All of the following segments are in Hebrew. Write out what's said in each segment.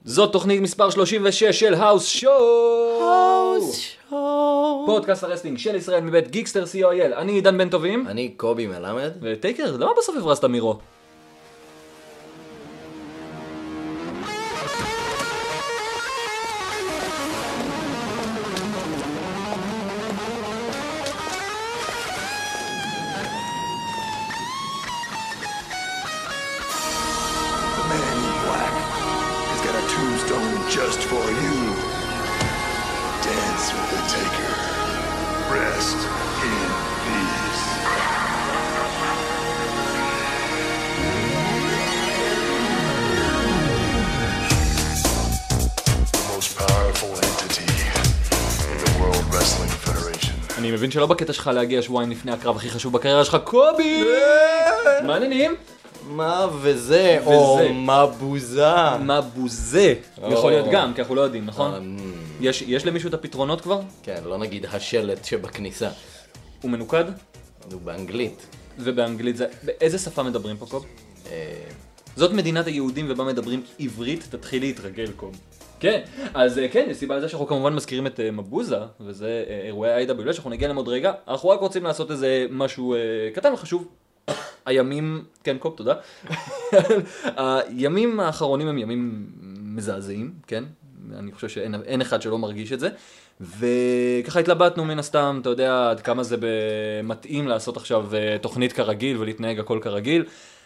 זאת תוכנית מספר 36 של האוס שואו. פודקאסט הרסלינג של ישראל מבית גיקסטר co.il. אני עידן בן טובים. אני קובי מלמד. וטייקר, למה בסוף הברסת מירו? Just for you. Dance with the Taker. Rest in peace. The most powerful entity in the World Wrestling Federation. אני מבין שלא בקטע שלך להגיע שבועיים לפני הקרב הכי חשוב בקריירה שלך, קובי! מה העניינים? מה וזה, או מה בוזה. מה בוזה? יכול להיות גם, כי אנחנו לא יודעים, נכון? יש למישהו את הפתרונות כבר? כן, לא נגיד השלט שבכניסה. הוא מנוקד? הוא באנגלית. ובאנגלית זה... באיזה שפה מדברים פה, קוב? זאת מדינת היהודים ובה מדברים עברית, תתחיל להתרגל, קוב. כן, אז כן, יש סיבה לזה שאנחנו כמובן מזכירים את מבוזה, וזה אירועי IWL שאנחנו נגיע להם עוד רגע. אנחנו רק רוצים לעשות איזה משהו קטן וחשוב. הימים, כן קוב, תודה. הימים האחרונים הם ימים מזעזעים, כן? אני חושב שאין אחד שלא מרגיש את זה. וככה התלבטנו מן הסתם, אתה יודע, עד כמה זה מתאים לעשות עכשיו תוכנית כרגיל ולהתנהג הכל כרגיל.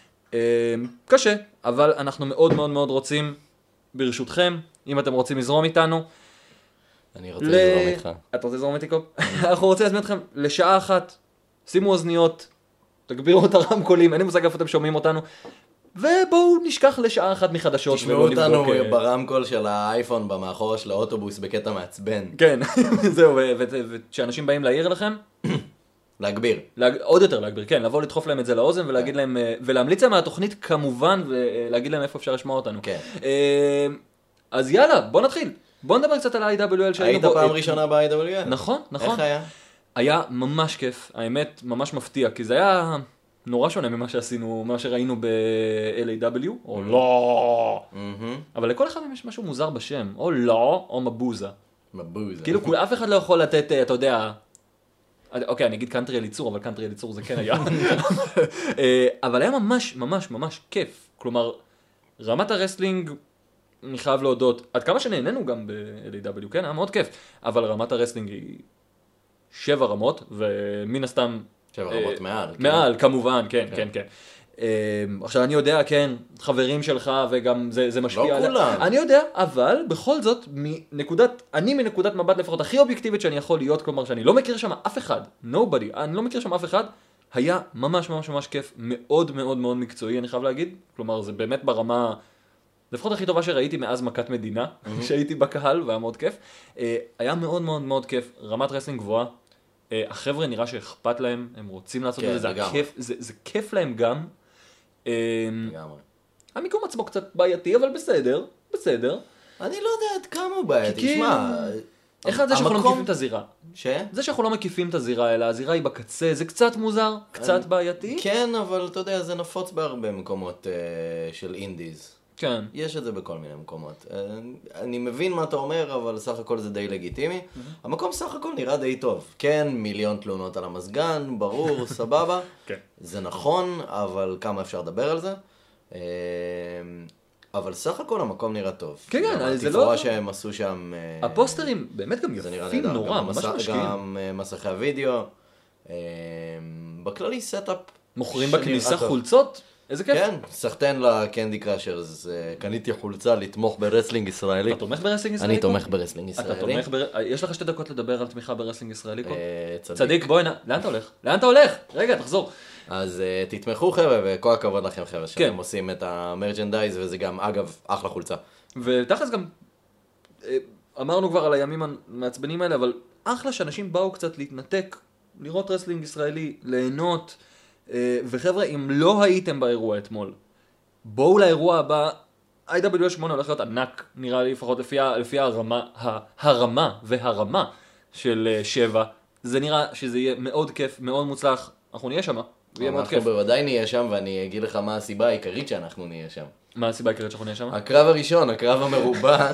קשה, אבל אנחנו מאוד מאוד מאוד רוצים, ברשותכם, אם אתם רוצים לזרום איתנו. אני רוצה לזרום איתך. אתה רוצה לזרום איתי קוב? אנחנו רוצים להזמין אתכם לשעה אחת, שימו אוזניות, תגבירו את הרמקולים, אין לי מושג איפה אתם שומעים אותנו, ובואו נשכח לשעה אחת מחדשות. תשמעו אותנו ברמקול של האייפון במאחורה של האוטובוס בקטע מעצבן. כן, זהו, וכשאנשים באים להעיר לכם, להגביר. עוד יותר להגביר, כן, לבוא לדחוף להם את זה לאוזן ולהגיד להם, ולהמליץ להם מהתוכנית כמובן, ולהגיד להם איפה אפשר לשמוע אותנו. כן. אז יאללה, בוא נתחיל. בוא נדבר קצת על ה-IWL שהיינו בו. היית פעם ראשונה ב-IWL? נכון, נכון. איך היה? היה ממש כיף, האמת ממש מפתיע, כי זה היה נורא שונה ממה שעשינו, מה שראינו ב-LAW, או לא. אבל לכל אחד יש משהו מוזר בשם, או לא, או מבוזה. מבוזה. כאילו אף אחד לא יכול לתת, אתה יודע, אוקיי, אני אגיד קאנטרי אליצור, אבל קאנטרי אליצור זה כן היה. אבל היה ממש ממש ממש כיף. כלומר, רמת הרסלינג, אני חייב להודות, עד כמה שנהנינו גם ב-LAW, כן, היה מאוד כיף, אבל רמת הרסלינג היא 7 רמות, ומן הסתם... 7 רמות מעל. מעל, כמובן, כן, כן, כן. עכשיו אני יודע, כן, חברים שלך, וגם זה משפיע... לא כולם. אני יודע, אבל בכל זאת, אני מנקודת מבט לפחות הכי אובייקטיבית שאני יכול להיות, כלומר שאני לא מכיר שם אף אחד, nobody, אני לא מכיר שם אף אחד, היה ממש ממש ממש כיף, מאוד מאוד מאוד מקצועי, אני חייב להגיד, כלומר זה באמת ברמה... לפחות הכי טובה שראיתי מאז מכת מדינה, שהייתי בקהל והיה מאוד כיף. היה מאוד מאוד מאוד כיף, רמת רסלינג גבוהה. החבר'ה נראה שאכפת להם, הם רוצים לעשות את זה, זה כיף להם גם. לגמרי. המיקום עצמו קצת בעייתי, אבל בסדר, בסדר. אני לא יודע עד כמה הוא בעייתי, תשמע. אחד זה שאנחנו לא מקיפים את הזירה. זה שאנחנו לא מקיפים את הזירה, אלא הזירה היא בקצה, זה קצת מוזר, קצת בעייתי. כן, אבל אתה יודע, זה נפוץ בהרבה מקומות של אינדיז. כן. יש את זה בכל מיני מקומות. אני מבין מה אתה אומר, אבל סך הכל זה די לגיטימי. המקום סך הכל נראה די טוב. כן, 1,000,000 תלונות על המזגן, ברור, סבבה. כן. זה נכון, אבל כמה אפשר לדבר על זה. אבל סך הכל המקום נראה טוב. כן, כן, זה לא... התפאורה שהם עשו שם... הפוסטרים באמת גם יפים נורא, ממש משקיעים. גם מסכי הוידאו. בכללי סטאפ... מוכרים בכניסה חולצות? איזה כיף. כן, סחטן לקנדי קראשרס, קניתי חולצה לתמוך ברסלינג ישראלי. אתה תומך ברסלינג ישראלי? אני תומך ברסלינג ישראלי. יש לך 2 דקות לדבר על תמיכה ברסלינג ישראלי? צדיק, בואי, לאן אתה הולך? לאן אתה הולך? רגע, תחזור. אז תתמכו חבר'ה, וכל הכבוד לכם חבר'ה, שאתם עושים את המרג'נדייז, וזה גם אגב אחלה חולצה. ותכלס גם, אמרנו כבר על הימים המעצבנים האלה, אבל אחלה שאנשים באו קצת להתנתק, לראות רסלינג ישראלי, ליהנות, וחבר'ה, אם לא הייתם באירוע אתמול, בואו לאירוע הבא, IWL 8 הולך להיות ענק, נראה לי לפחות לפי הרמה והרמה של 7. זה נראה שזה יהיה מאוד כיף, מאוד מוצלח, אנחנו נהיה שם, יהיה מאוד כיף. אנחנו בוודאי נהיה שם, ואני אגיד לך מה הסיבה העיקרית שאנחנו נהיה שם. מה הסיבה העיקרית שאנחנו נהיה שם? הקרב הראשון, הקרב המרובע,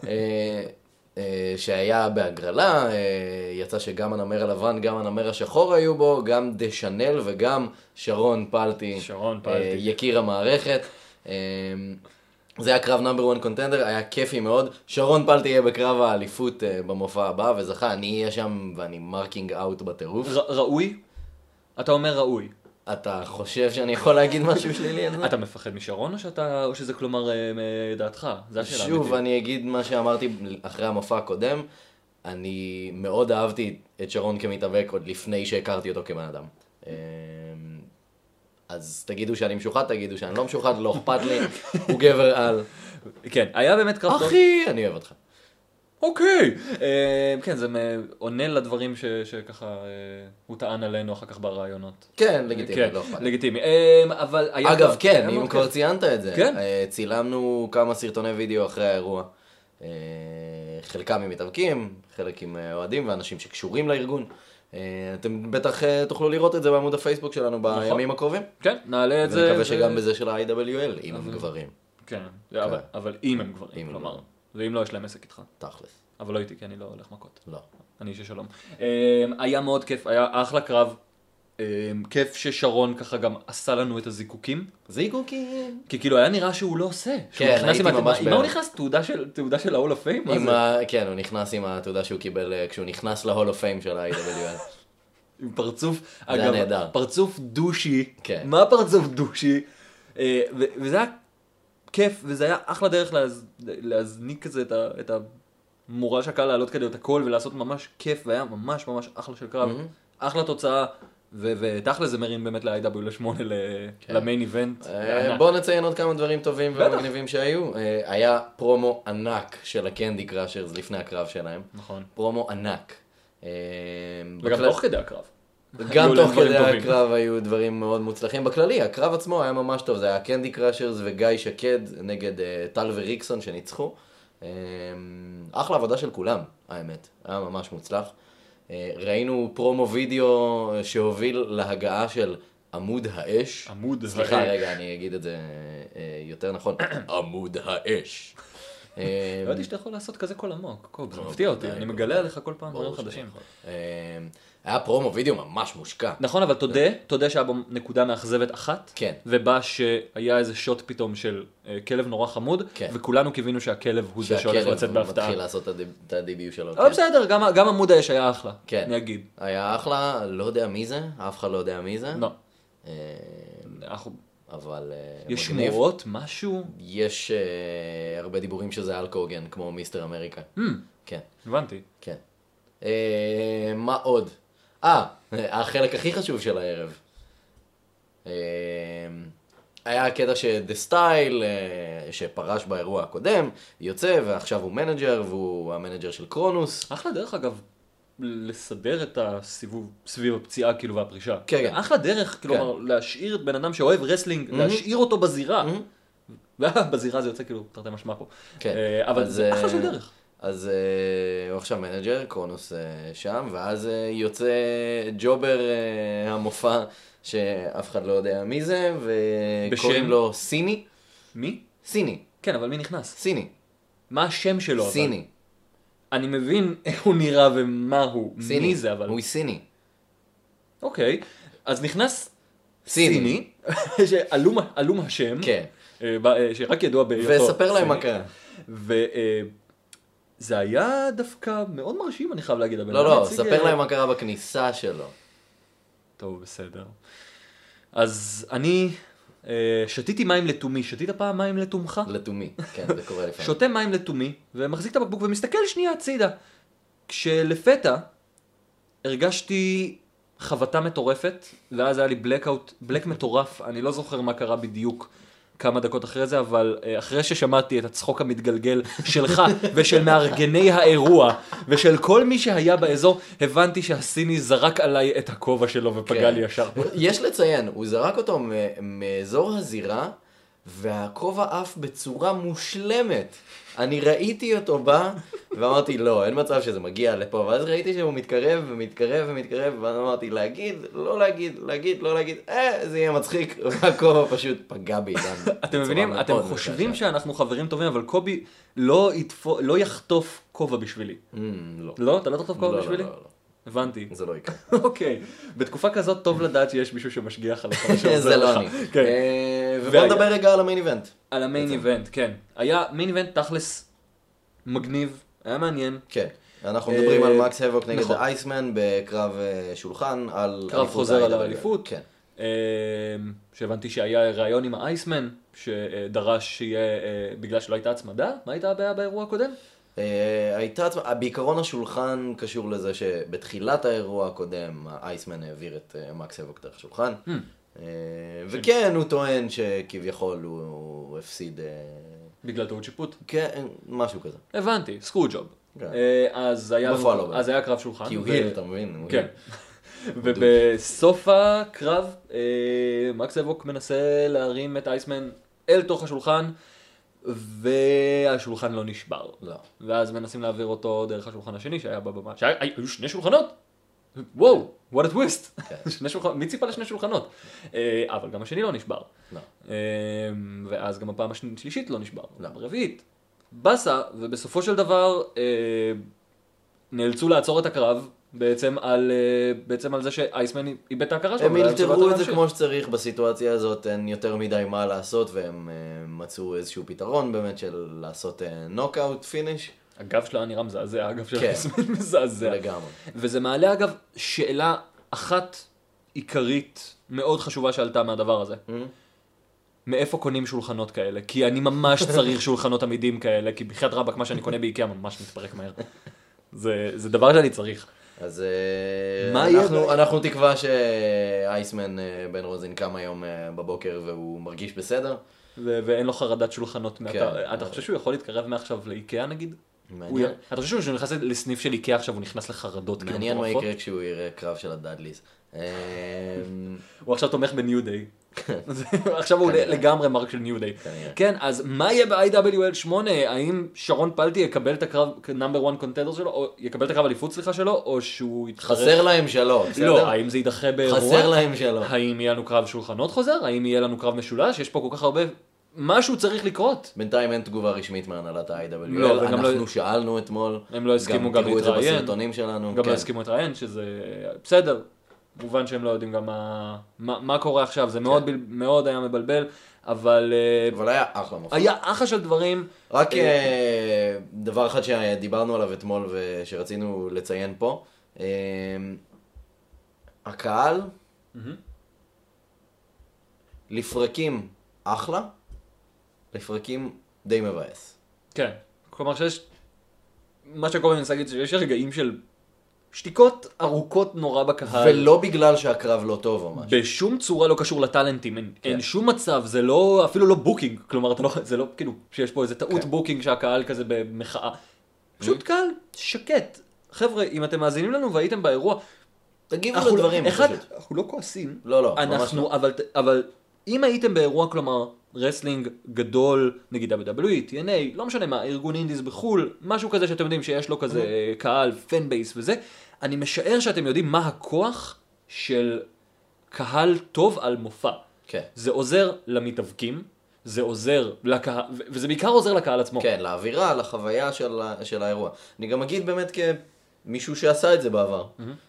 שהיה בהגרלה, יצא שגם הנמר הלבן, גם הנמר השחור היו בו, גם דשנל וגם שרון פלטי, יקיר המערכת. זה היה קרב נאמבר 1 קונטנדר, היה כיפי מאוד. שרון פלטי יהיה בקרב האליפות במופע הבא, וזכה, אני אהיה שם ואני מרקינג אאוט בטירוף. ראוי? אתה אומר ראוי. אתה חושב שאני יכול להגיד משהו שלילי על זה? אתה מפחד משרון או שזה כלומר דעתך? זה השאלה. שוב, אני אגיד מה שאמרתי אחרי המופע הקודם. אני מאוד אהבתי את שרון כמתאבק עוד לפני שהכרתי אותו כבן אדם. אז תגידו שאני משוחד, תגידו שאני לא משוחד, לא אכפת לי, הוא גבר על. כן, היה באמת קרב טוב. אחי, אני אוהב אותך. אוקיי. כן, זה עונה לדברים שככה הוא טען עלינו אחר כך ברעיונות. כן, לגיטימי, לא אכפת לי. לגיטימי. אבל אגב, כן, אם כבר ציינת את זה. כן? צילמנו כמה סרטוני וידאו אחרי האירוע. חלקם עם מתאבקים, חלק עם אוהדים ואנשים שקשורים לארגון. אתם בטח תוכלו לראות את זה בעמוד הפייסבוק שלנו בימים הקרובים. כן, נעלה את זה. ואני מקווה שגם בזה של ה-IWL, אם הם גברים. כן, אבל אם הם גברים, כלומר. ואם לא, יש להם עסק איתך. תכלס. אבל לא איתי, כי אני לא הולך מכות. לא. אני איש שלום. היה מאוד כיף, היה אחלה קרב. כיף ששרון ככה גם עשה לנו את הזיקוקים. זיקוקים. כי כאילו היה נראה שהוא לא עושה. כן, הייתי ממש עם מה הוא נכנס? תעודה של ה-Hall of Fame? כן, הוא נכנס עם התעודה שהוא קיבל כשהוא נכנס ל-Hall of Fame של ה-IWL. עם פרצוף, זה היה נהדר. פרצוף דושי. כן. מה פרצוף דושי? וזה היה כיף, וזה היה אחלה דרך להזניק כזה את המורל שקל לעלות כדי את הכל ולעשות ממש כיף, והיה ממש ממש אחלה של קרב. אחלה תוצאה, ותכל'ס זה מרים באמת ל-IW8 למיין איבנט. בואו נציין עוד כמה דברים טובים ומגניבים שהיו. היה פרומו ענק של הקנדי קראשרס לפני הקרב שלהם. נכון. פרומו ענק. וגם תוך כדי הקרב. גם תוך כדי הקרב היו דברים מאוד מוצלחים. בכללי, הקרב עצמו היה ממש טוב. זה היה קנדי קראשרס וגיא שקד נגד טל וריקסון שניצחו. אחלה עבודה של כולם, האמת. היה ממש מוצלח. ראינו פרומו וידאו שהוביל להגעה של עמוד האש. עמוד האש. סליחה, רגע, אני אגיד את זה יותר נכון. עמוד האש. לא ידעתי שאתה יכול לעשות כזה קול עמוק, קוב, זה מפתיע אותי, אני מגלה עליך כל פעם דברים חדשים. היה פרומו וידאו ממש מושקע. נכון, אבל תודה שהיה בו נקודה מאכזבת אחת, כן. ובה שהיה איזה שוט פתאום של כלב נורא חמוד, וכולנו קיווינו שהכלב הוא זה שהולך לצאת בהפתעה. שהכלב מתחיל לעשות את הדיביו שלו. אבל בסדר, גם עמוד האש היה אחלה, אני אגיד. היה אחלה, לא יודע מי זה, אף אחד לא יודע מי זה. לא. אבל יש שמועות, משהו? יש הרבה דיבורים שזה אלק הוגן, כמו מיסטר אמריקה. כן. הבנתי. כן. מה עוד? החלק הכי חשוב של הערב. היה הקטע שדה סטייל, שפרש באירוע הקודם, יוצא ועכשיו הוא מנג'ר, והוא המנג'ר של קרונוס. אחלה דרך אגב, לסדר את הסיבוב סביב הפציעה כאילו והפרישה. כן. אחלה דרך, כלומר, להשאיר בן אדם שאוהב רסלינג, להשאיר אותו בזירה. בזירה זה יוצא כאילו, תרתי משמע פה. אבל זה אחלה של דרך. אז הוא עכשיו מנג'ר, קרונוס שם, ואז יוצא ג'ובר המופע שאף אחד לא יודע מי זה, וקוראים לו סיני. מי? סיני. כן, אבל מי נכנס? סיני. מה השם שלו? סיני. אני מבין איך הוא נראה ומה הוא. מי זה אבל? הוא סיני. אוקיי, אז נכנס סיני, שעלום השם, כן. שרק ידוע בהיותו. וספר להם מה קרה. זה היה דווקא מאוד מרשים, אני חייב להגיד. לא, ספר להם מה קרה בכניסה שלו. טוב, בסדר. אז אני שתיתי מים לתומי. שתית פעם מים לתומך? לתומי, כן, זה קורה לפעמים. שותה מים לתומי, ומחזיק את הבקבוק ומסתכל שנייה הצידה. כשלפתע הרגשתי חבטה מטורפת, ואז היה לי בלק מטורף, אני לא זוכר מה קרה בדיוק כמה דקות אחרי זה, אבל אחרי ששמעתי את הצחוק המתגלגל שלך ושל מארגני האירוע ושל כל מי שהיה באזור, הבנתי שהסיני זרק עליי את הכובע שלו ופגע לי ישר. יש לציין, הוא זרק אותו מאזור הזירה, והכובע עף בצורה מושלמת. אני ראיתי אותו בא, ואמרתי, לא, אין מצב שזה מגיע לפה, ואז ראיתי שהוא מתקרב ומתקרב ומתקרב, ואז אמרתי, להגיד, לא להגיד, להגיד, לא להגיד, זה יהיה מצחיק, והכובע פשוט פגע בעידן. אתם מבינים? אתם חושבים שאנחנו חברים טובים, אבל קובי לא יחטוף כובע בשבילי. לא. לא? אתה לא תחטוף כובע לא, בשבילי? לא, לא. הבנתי. זה לא יקרה. אוקיי. בתקופה כזאת טוב לדעת שיש מישהו שמשגיח עליך ושעוזר זה לא לך. אני. כן. ובוא נדבר רגע על המיין איבנט. על המיין איבנט, כן. היה מיין איבנט תכלס מגניב, היה מעניין. כן. אנחנו מדברים על מקס הבוק נגד נכון. האייסמן בקרב שולחן על קרב חוזר על האליפות. כן. שהבנתי שהיה רעיון עם האייסמן, שדרש שיהיה, בגלל שלא הייתה הצמדה, מה הייתה הבעיה באירוע הקודם? בעיקרון השולחן קשור לזה שבתחילת האירוע הקודם האייסמן העביר את מקס הבוק דרך שולחן. וכן, הוא טוען שכביכול הוא הפסיד... בגלל טעות שיפוט? כן, משהו כזה. הבנתי, סקרו ג'וב. אז היה קרב שולחן. כי הוא היל, אתה מבין? כן. ובסוף הקרב, מקס הבוק מנסה להרים את אייסמן אל תוך השולחן, והשולחן לא נשבר. לא. ואז מנסים להעביר אותו דרך השולחן השני שהיה בבמה. היו שני שולחנות? וואו, what a twist. מי ציפה לשני שולחנות? אבל גם השני לא נשבר. לא. ואז גם הפעם השלישית לא נשבר. לא. ברביעית. בסה, ובסופו של דבר נאלצו לעצור את הקרב בעצם על זה שאייסמן איבד את ההכרה שלו. הם ילתרו את זה כמו שצריך בסיטואציה הזאת, אין יותר מדי מה לעשות, והם מצאו איזשהו פתרון באמת של לעשות נוקאוט פיניש. הגב שלו היה נראה מזעזע, הגב של אייסמן מזעזע. לגמרי. וזה מעלה אגב שאלה אחת עיקרית מאוד חשובה שעלתה מהדבר הזה. מאיפה קונים שולחנות כאלה? כי אני ממש צריך שולחנות עמידים כאלה, כי בחיית רבק מה שאני קונה באיקאה ממש מתפרק מהר. זה דבר שאני צריך. אז אנחנו תקווה שאייסמן בן רוזין קם היום בבוקר והוא מרגיש בסדר. ואין לו חרדת שולחנות. אתה חושב שהוא יכול להתקרב מעכשיו לאיקאה נגיד? מעניין. אתה חושב שהוא נכנס לסניף של איקאה עכשיו, הוא נכנס לחרדות? מעניין מה יקרה כשהוא יראה קרב של הדאדליז. הוא עכשיו תומך בניו דיי. עכשיו הוא לגמרי מרק של ניו דיי. כן, אז מה יהיה ב-IWL 8? האם שרון פלטי יקבל את הקרב נאמבר 1 קונטנדר שלו, או יקבל את הקרב אליפות סליחה שלו, או שהוא יתחרש? חסר להם שלו, בסדר? לא, האם זה יידחה באירוע? חסר להם שלו. האם יהיה לנו קרב שולחנות חוזר? האם יהיה לנו קרב משולש? יש פה כל כך הרבה... משהו צריך לקרות. בינתיים אין תגובה רשמית מהנהלת ה-IWL, לא, אנחנו שאלנו אתמול, הם לא הסכימו גם תראו את זה להתראיין. בסרטונים שלנו. גם לא הסכימו להתראיין, שזה בסדר. מובן שהם לא יודעים גם מה קורה עכשיו, זה מאוד היה מבלבל, אבל היה אחלה מופע. היה אחלה של דברים. רק דבר אחד שדיברנו עליו אתמול ושרצינו לציין פה, הקהל לפרקים אחלה, לפרקים די מבאס. כן, כלומר שיש, מה שקוראים אני להגיד שיש רגעים של שתיקות ארוכות נורא בקהל. ולא בגלל שהקרב לא טוב או משהו. בשום צורה לא קשור לטלנטים, אין שום מצב, זה לא, אפילו לא בוקינג, כלומר זה לא כאילו שיש פה איזה טעות בוקינג שהקהל כזה במחאה. פשוט קהל שקט. חבר'ה, אם אתם מאזינים לנו והייתם באירוע, תגיבו לדברים פשוט. אנחנו לא כועסים. לא, ממש לא. אבל אם הייתם באירוע, כלומר, רסלינג גדול, נגיד WWE, TNA, לא משנה מה, ארגון אינדיז בחול, משהו כזה שאתם יודעים שיש לו כזה קהל, פן בייס וזה, אני משער שאתם יודעים מה הכוח של קהל טוב על מופע. כן. זה עוזר למתאבקים, זה עוזר לקהל, וזה בעיקר עוזר לקהל עצמו. כן, לאווירה, לחוויה של האירוע. אני גם אגיד באמת כמישהו שעשה את זה בעבר.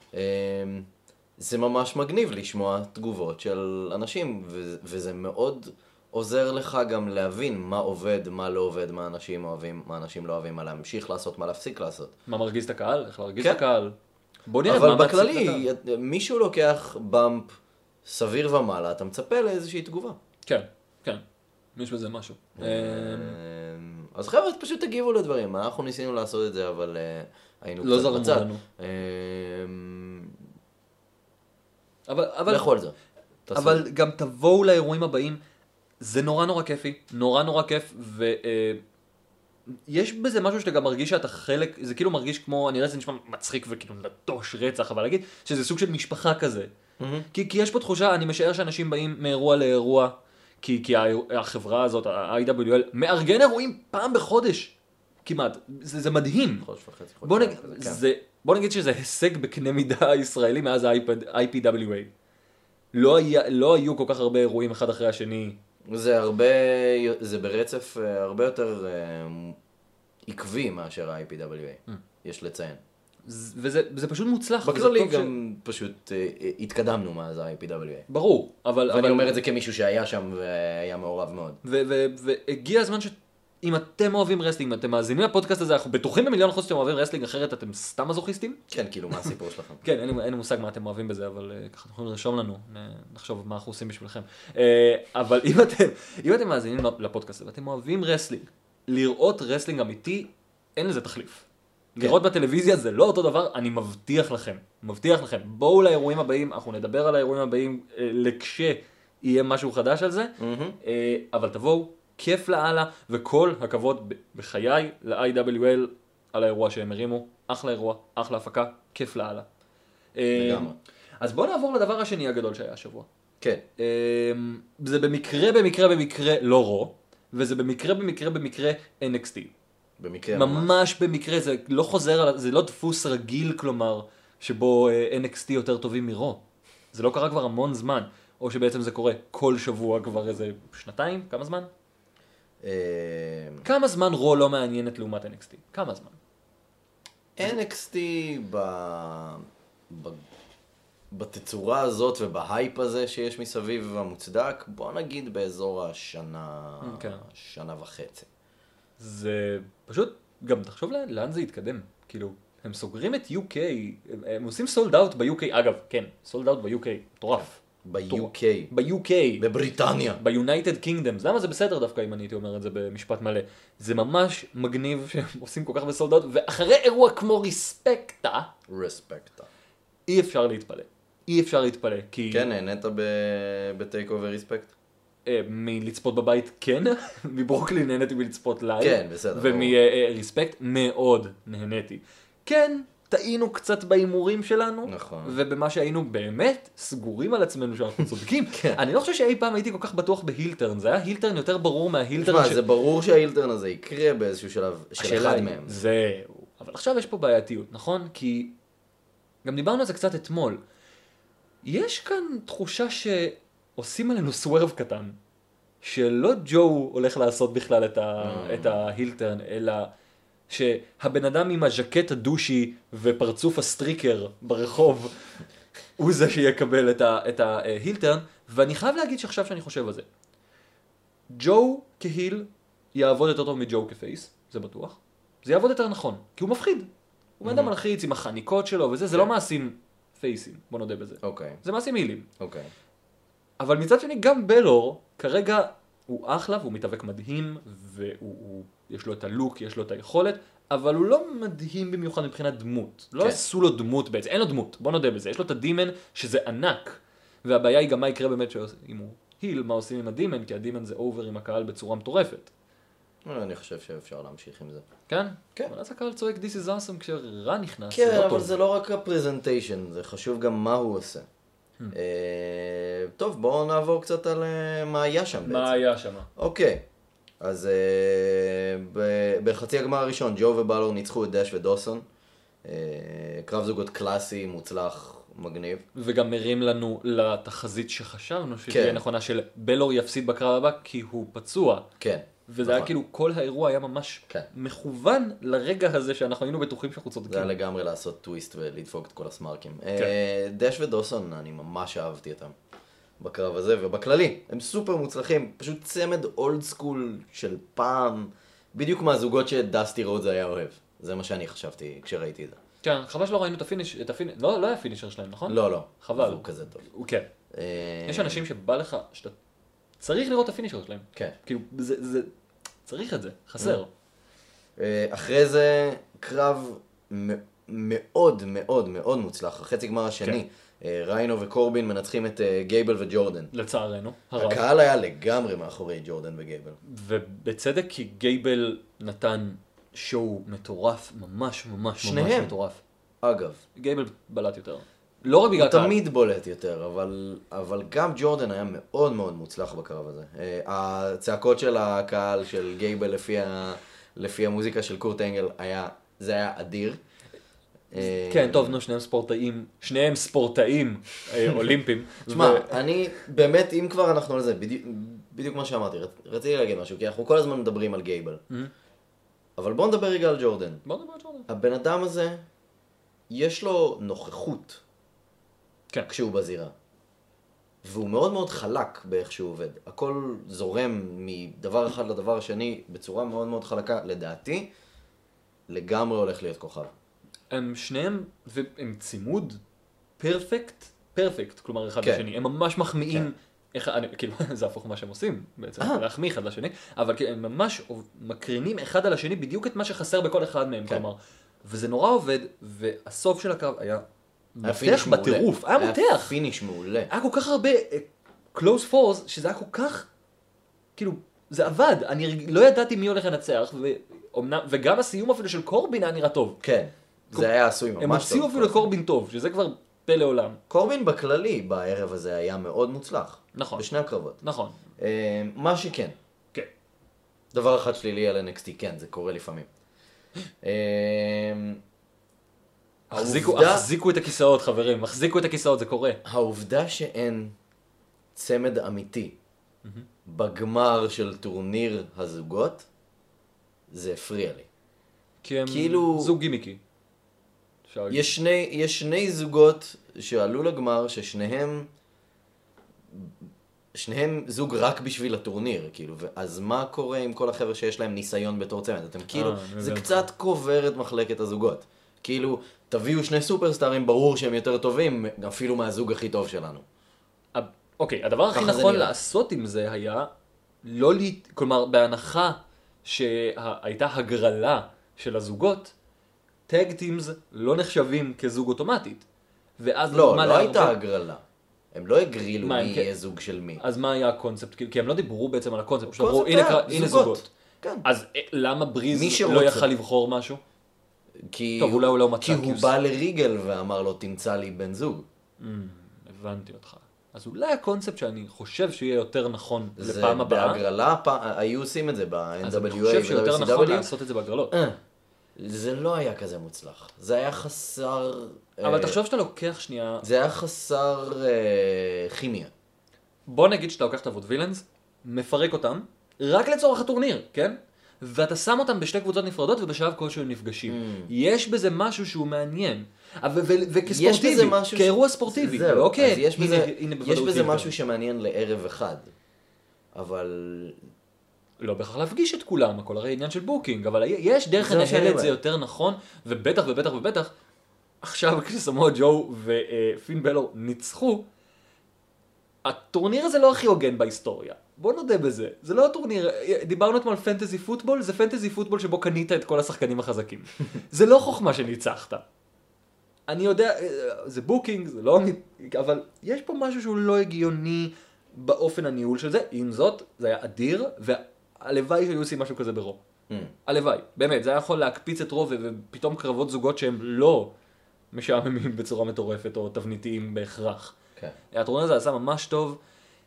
זה ממש מגניב לשמוע תגובות של אנשים, וזה מאוד עוזר לך גם להבין מה עובד, מה לא עובד, מה אנשים אוהבים, מה אנשים לא אוהבים, מה להמשיך לעשות, מה להפסיק לעשות. מה מרגיז את הקהל? איך להרגיז את הקהל? בוא נראה אבל בכללי, מישהו לוקח במפ סביר ומעלה, אתה מצפה לאיזושהי תגובה. כן, כן. יש בזה משהו. אז חבר'ה, פשוט תגיבו לדברים. אנחנו ניסינו לעשות את זה, אבל היינו לא קצת בצד. לנו. לכו על זה. אבל גם תבואו לאירועים הבאים, זה נורא נורא כיפי, נורא כיף, ויש בזה משהו שאתה גם מרגיש שאתה חלק, זה כאילו מרגיש כמו, אני רואה זה נשמע מצחיק וכאילו נטוש רצח, אבל להגיד שזה סוג של משפחה כזה. כי יש פה תחושה, אני משער שאנשים באים מאירוע לאירוע, כי החברה הזאת, ה-IWL, מארגן אירועים פעם בחודש. כמעט. זה מדהים. חודש וחצי, בוא נגיד שזה הישג בקנה מידה ישראלי מאז ה-IPWA. לא היו כל כך הרבה אירועים אחד אחרי השני. זה ברצף הרבה יותר עקבי מאשר ה-IPWA, יש לציין. וזה פשוט מוצלח. בכללי גם פשוט התקדמנו מאז ה-IPWA. ברור, אבל... ואני אומר את זה כמישהו שהיה שם והיה מעורב מאוד. והגיע הזמן אם אתם אוהבים רסלינג, אם אתם מאזינים לפודקאסט הזה, אנחנו בטוחים ב1,000,000% שאתם אוהבים רסלינג, אחרת אתם סתם מזוכיסטים. כן, כאילו, מה הסיפור שלכם? כן, אין לי מושג מה אתם אוהבים בזה, אבל ככה אתם יכולים לרשום לנו, נחשוב מה אנחנו עושים בשבילכם. אבל אם אתם מאזינים לפודקאסט הזה, ואתם אוהבים רסלינג, לראות רסלינג אמיתי, אין לזה תחליף. לראות בטלוויזיה זה לא אותו דבר, אני מבטיח לכם. בואו לאירועים הבאים, אנחנו נדבר על האירועים הבאים, לכשיהיה משהו חדש על זה, אבל תבואו. כיף לאללה, וכל הכבוד בחיי ל-IWL על האירוע שהם הרימו. אחלה אירוע, אחלה הפקה, כיף לאללה. לגמרי. אז בואו נעבור לדבר השני הגדול שהיה השבוע. כן. זה במקרה לא רו, וזה במקרה NXT. במקרה ממש במקרה, זה לא חוזר, זה לא דפוס רגיל, כלומר, שבו NXT יותר טובים מרו. זה לא קרה כבר המון זמן, או שבעצם זה קורה כל שבוע כבר איזה שנתיים, כמה זמן? כמה זמן רו לא מעניינת לעומת NXT? כמה זמן? NXT בתצורה הזאת ובהייפ הזה שיש מסביב המוצדק, בוא נגיד באזור שנה וחצי. זה פשוט, גם תחשוב לאן זה יתקדם. כאילו, הם סוגרים את UK, הם עושים סולד אאוט ב-UK, אגב, כן, סולד אאוט ב-UK, מטורף. ב-UK. בבריטניה. ביונייטד קינגדמס. למה זה בסדר דווקא אם אני הייתי אומר את זה במשפט מלא? זה ממש מגניב שהם עושים כל כך בסולדות, ואחרי אירוע כמו ריספקטה, אי אפשר להתפלא. כי... כן, נהנית בטייק אובר ריספקט? מלצפות בבית כן, מברוקלין נהניתי מלצפות לייב. כן, בסדר. ומריספקט מאוד נהניתי. כן, טעינו קצת באימורים שלנו, נכון. ובמה שהיינו באמת סגורים על עצמנו שאנחנו צודקים. אני לא חושב שאי פעם הייתי כל כך בטוח בהילטרן, זה היה הילטרן יותר ברור מההילטרן זה ברור שההילטרן הזה יקרה באיזשהו שלב של אחד מהם. זהו, אבל עכשיו יש פה בעייתיות, נכון? כי גם דיברנו על זה קצת אתמול. יש כאן תחושה שעושים עלינו סוורב קטן, שלא ג'ו הולך לעשות בכלל את ההילטרן, אלא שהבן אדם עם הז'קט הדושי ופרצוף הסטריקר ברחוב הוא זה שיקבל את ההילטרן, ואני חייב להגיד שעכשיו שאני חושב על זה, ג'ו כהיל יעבוד יותר טוב מג'ו כפייס, זה בטוח, זה יעבוד יותר נכון, כי הוא מפחיד, הוא בן אדם מלחיץ עם החניקות שלו וזה, זה לא מעשים פייסים, בוא נודה בזה, זה מעשים הילים, אבל מצד שני גם בלור כרגע הוא אחלה והוא מתאבק מדהים, ויש לו את הלוק, יש לו את היכולת, אבל הוא לא מדהים במיוחד מבחינת דמות. לא עשו לו דמות בעצם, אין לו דמות, בוא נודה בזה. יש לו את הדימן שזה ענק, והבעיה היא גם מה יקרה באמת אם הוא היל, מה עושים עם הדימן, כי הדימן זה אובר עם הקהל בצורה מטורפת. אני חושב שאפשר להמשיך עם זה. כן? כן. אבל אז הקהל צועק This is awesome כשרע נכנס. כן, אבל זה לא רק הפרזנטיישן, זה חשוב גם מה הוא עושה. טוב, בואו נעבור קצת על מה היה שם בעצם. מה היה שם? אוקיי, אז בחצי הגמר הראשון, ג'ו ובלור ניצחו את דש ודוסון. קרב זוגות קלאסי, מוצלח, מגניב. וגם מרים לנו לתחזית שחשבנו שתהיה נכונה של בלור יפסיד בקרב הבא כי הוא פצוע. כן. וזה היה כאילו, כל האירוע היה ממש מכוון לרגע הזה שאנחנו היינו בטוחים שאנחנו צודקים. זה היה לגמרי לעשות טוויסט ולדפוק את כל הסמארקים. דש ודוסון, אני ממש אהבתי אותם בקרב הזה, ובכללי, הם סופר מוצלחים, פשוט צמד אולד סקול של פעם, בדיוק מהזוגות שדסטי רודס היה אוהב. זה מה שאני חשבתי כשראיתי את זה. כן, חבל שלא ראינו את הפיניש, לא היה פינישר שלהם, נכון? לא. חבל. הוא כזה טוב. כן. יש אנשים שבא לך, שאתה צריך לראות את הפינישר שלהם. כן. כאילו, צריך את זה, חסר. אחרי זה, קרב מאוד מאוד מאוד מוצלח. החצי גמר השני, ריינו וקורבין מנצחים את גייבל וג'ורדן. לצערנו. הקהל היה לגמרי מאחורי ג'ורדן וגייבל. ובצדק, כי גייבל נתן שואו מטורף, ממש ממש ממש מטורף. אגב. גייבל בלט יותר. לא רק בגלל קהל. הוא תמיד בולט יותר, אבל גם ג'ורדן היה מאוד מאוד מוצלח בקרב הזה. הצעקות של הקהל של גייבל לפי לפי המוזיקה של קורט אנגל, זה היה אדיר. כן, טוב, נו, שניהם ספורטאים אולימפיים. תשמע, אני באמת, אם כבר אנחנו על זה, בדיוק מה שאמרתי, רציתי להגיד משהו, כי אנחנו כל הזמן מדברים על גייבל. אבל בוא נדבר רגע על ג'ורדן. הבן אדם הזה, יש לו נוכחות כשהוא בזירה. והוא מאוד מאוד חלק באיך שהוא עובד. הכל זורם מדבר אחד לדבר השני בצורה מאוד מאוד חלקה. לדעתי, לגמרי הולך להיות כוכב. הם שניהם, הם צימוד פרפקט, כלומר אחד לשני. הם ממש מחמיאים, כאילו זה הפוך מה שהם עושים בעצם, להחמיא אחד לשני, אבל הם ממש מקרינים אחד על השני בדיוק את מה שחסר בכל אחד מהם, כלומר. וזה נורא עובד, והסוף של הקרב היה מותח בטירוף, היה מותח. היה פיניש מעולה. היה כל כך הרבה close falls, שזה היה כל כך, כאילו, זה עבד. אני לא ידעתי מי הולך לנצח, וגם הסיום אפילו של קורבין היה נראה טוב. כן, זה היה עשוי ממש טוב. הם הוציאו אפילו את קורבין טוב, שזה כבר פלא עולם. קורבין בכללי בערב הזה היה מאוד מוצלח. נכון. בשני הקרבות. נכון. מה שכן. כן. דבר אחד שלילי על NXT, כן, זה קורה לפעמים. החזיקו את הכיסאות, חברים, החזיקו את הכיסאות, זה קורה. העובדה שאין צמד אמיתי בגמר של טורניר הזוגות, זה הפריע לי. כי הם כאילו, זוג גימיקי. יש שני זוגות שעלו לגמר, ששניהם זוג רק בשביל הטורניר, כאילו, אז מה קורה עם כל החבר'ה שיש להם ניסיון בתור צמד? אתם כאילו, זה קצת קובר את מחלקת הזוגות. כאילו, תביאו שני סופרסטארים, ברור שהם יותר טובים, אפילו מהזוג הכי טוב שלנו. אוקיי, הדבר הכי נכון לעשות עם זה היה, כלומר, בהנחה שהייתה הגרלה של הזוגות, טאג טימס לא נחשבים כזוג אוטומטית. לא הייתה הגרלה. הם לא הגרילו מי יהיה זוג של מי. אז מה היה הקונספט? כי הם לא דיברו בעצם על הקונספט. הנה זוגות. אז למה בריז לא יכל לבחור משהו? טוב, אולי הוא לא מצא. כי הוא בא לריגל ואמר לו, תמצא לי בן זוג. הבנתי אותך. אז אולי הקונספט שאני חושב שיהיה יותר נכון לפעם הבאה. בהגרלה, היו עושים את זה ב-NWA אז אני חושב שיותר נכון לעשות את זה בהגרלות. זה לא היה כזה מוצלח. זה היה חסר... אבל תחשוב שאתה לוקח שנייה... זה היה חסר כימיה. בוא נגיד שאתה לוקח את הוודווילנס, מפרק אותם, רק לצורך הטורניר, כן? ואתה שם אותם בשתי קבוצות נפרדות ובשלב כלשהו הם נפגשים. יש בזה משהו שהוא מעניין. וכספורטיבי, כאירוע ספורטיבי. זהו, אז יש בזה משהו שמעניין לערב אחד. אבל... לא בהכרח להפגיש את כולם, הכל הרי עניין של בוקינג, אבל יש דרך לנהל את זה יותר נכון, ובטח, עכשיו כשסמואל ג'ו ופין בלור ניצחו, הטורניר הזה לא הכי הוגן בהיסטוריה. בוא נודה בזה. זה לא הטורניר, דיברנו אתמול על פנטזי פוטבול, זה פנטזי פוטבול שבו קנית את כל השחקנים החזקים. זה לא חוכמה שניצחת. אני יודע, זה בוקינג, זה לא... אבל יש פה משהו שהוא לא הגיוני באופן הניהול של זה. עם זאת, זה היה אדיר, והלוואי שהיו עושים משהו כזה ברוב. הלוואי, באמת, זה היה יכול להקפיץ את רוב, ופתאום קרבות זוגות שהם לא משעממים בצורה מטורפת, או תבניתיים בהכרח. הטורניר הזה עשה ממש טוב.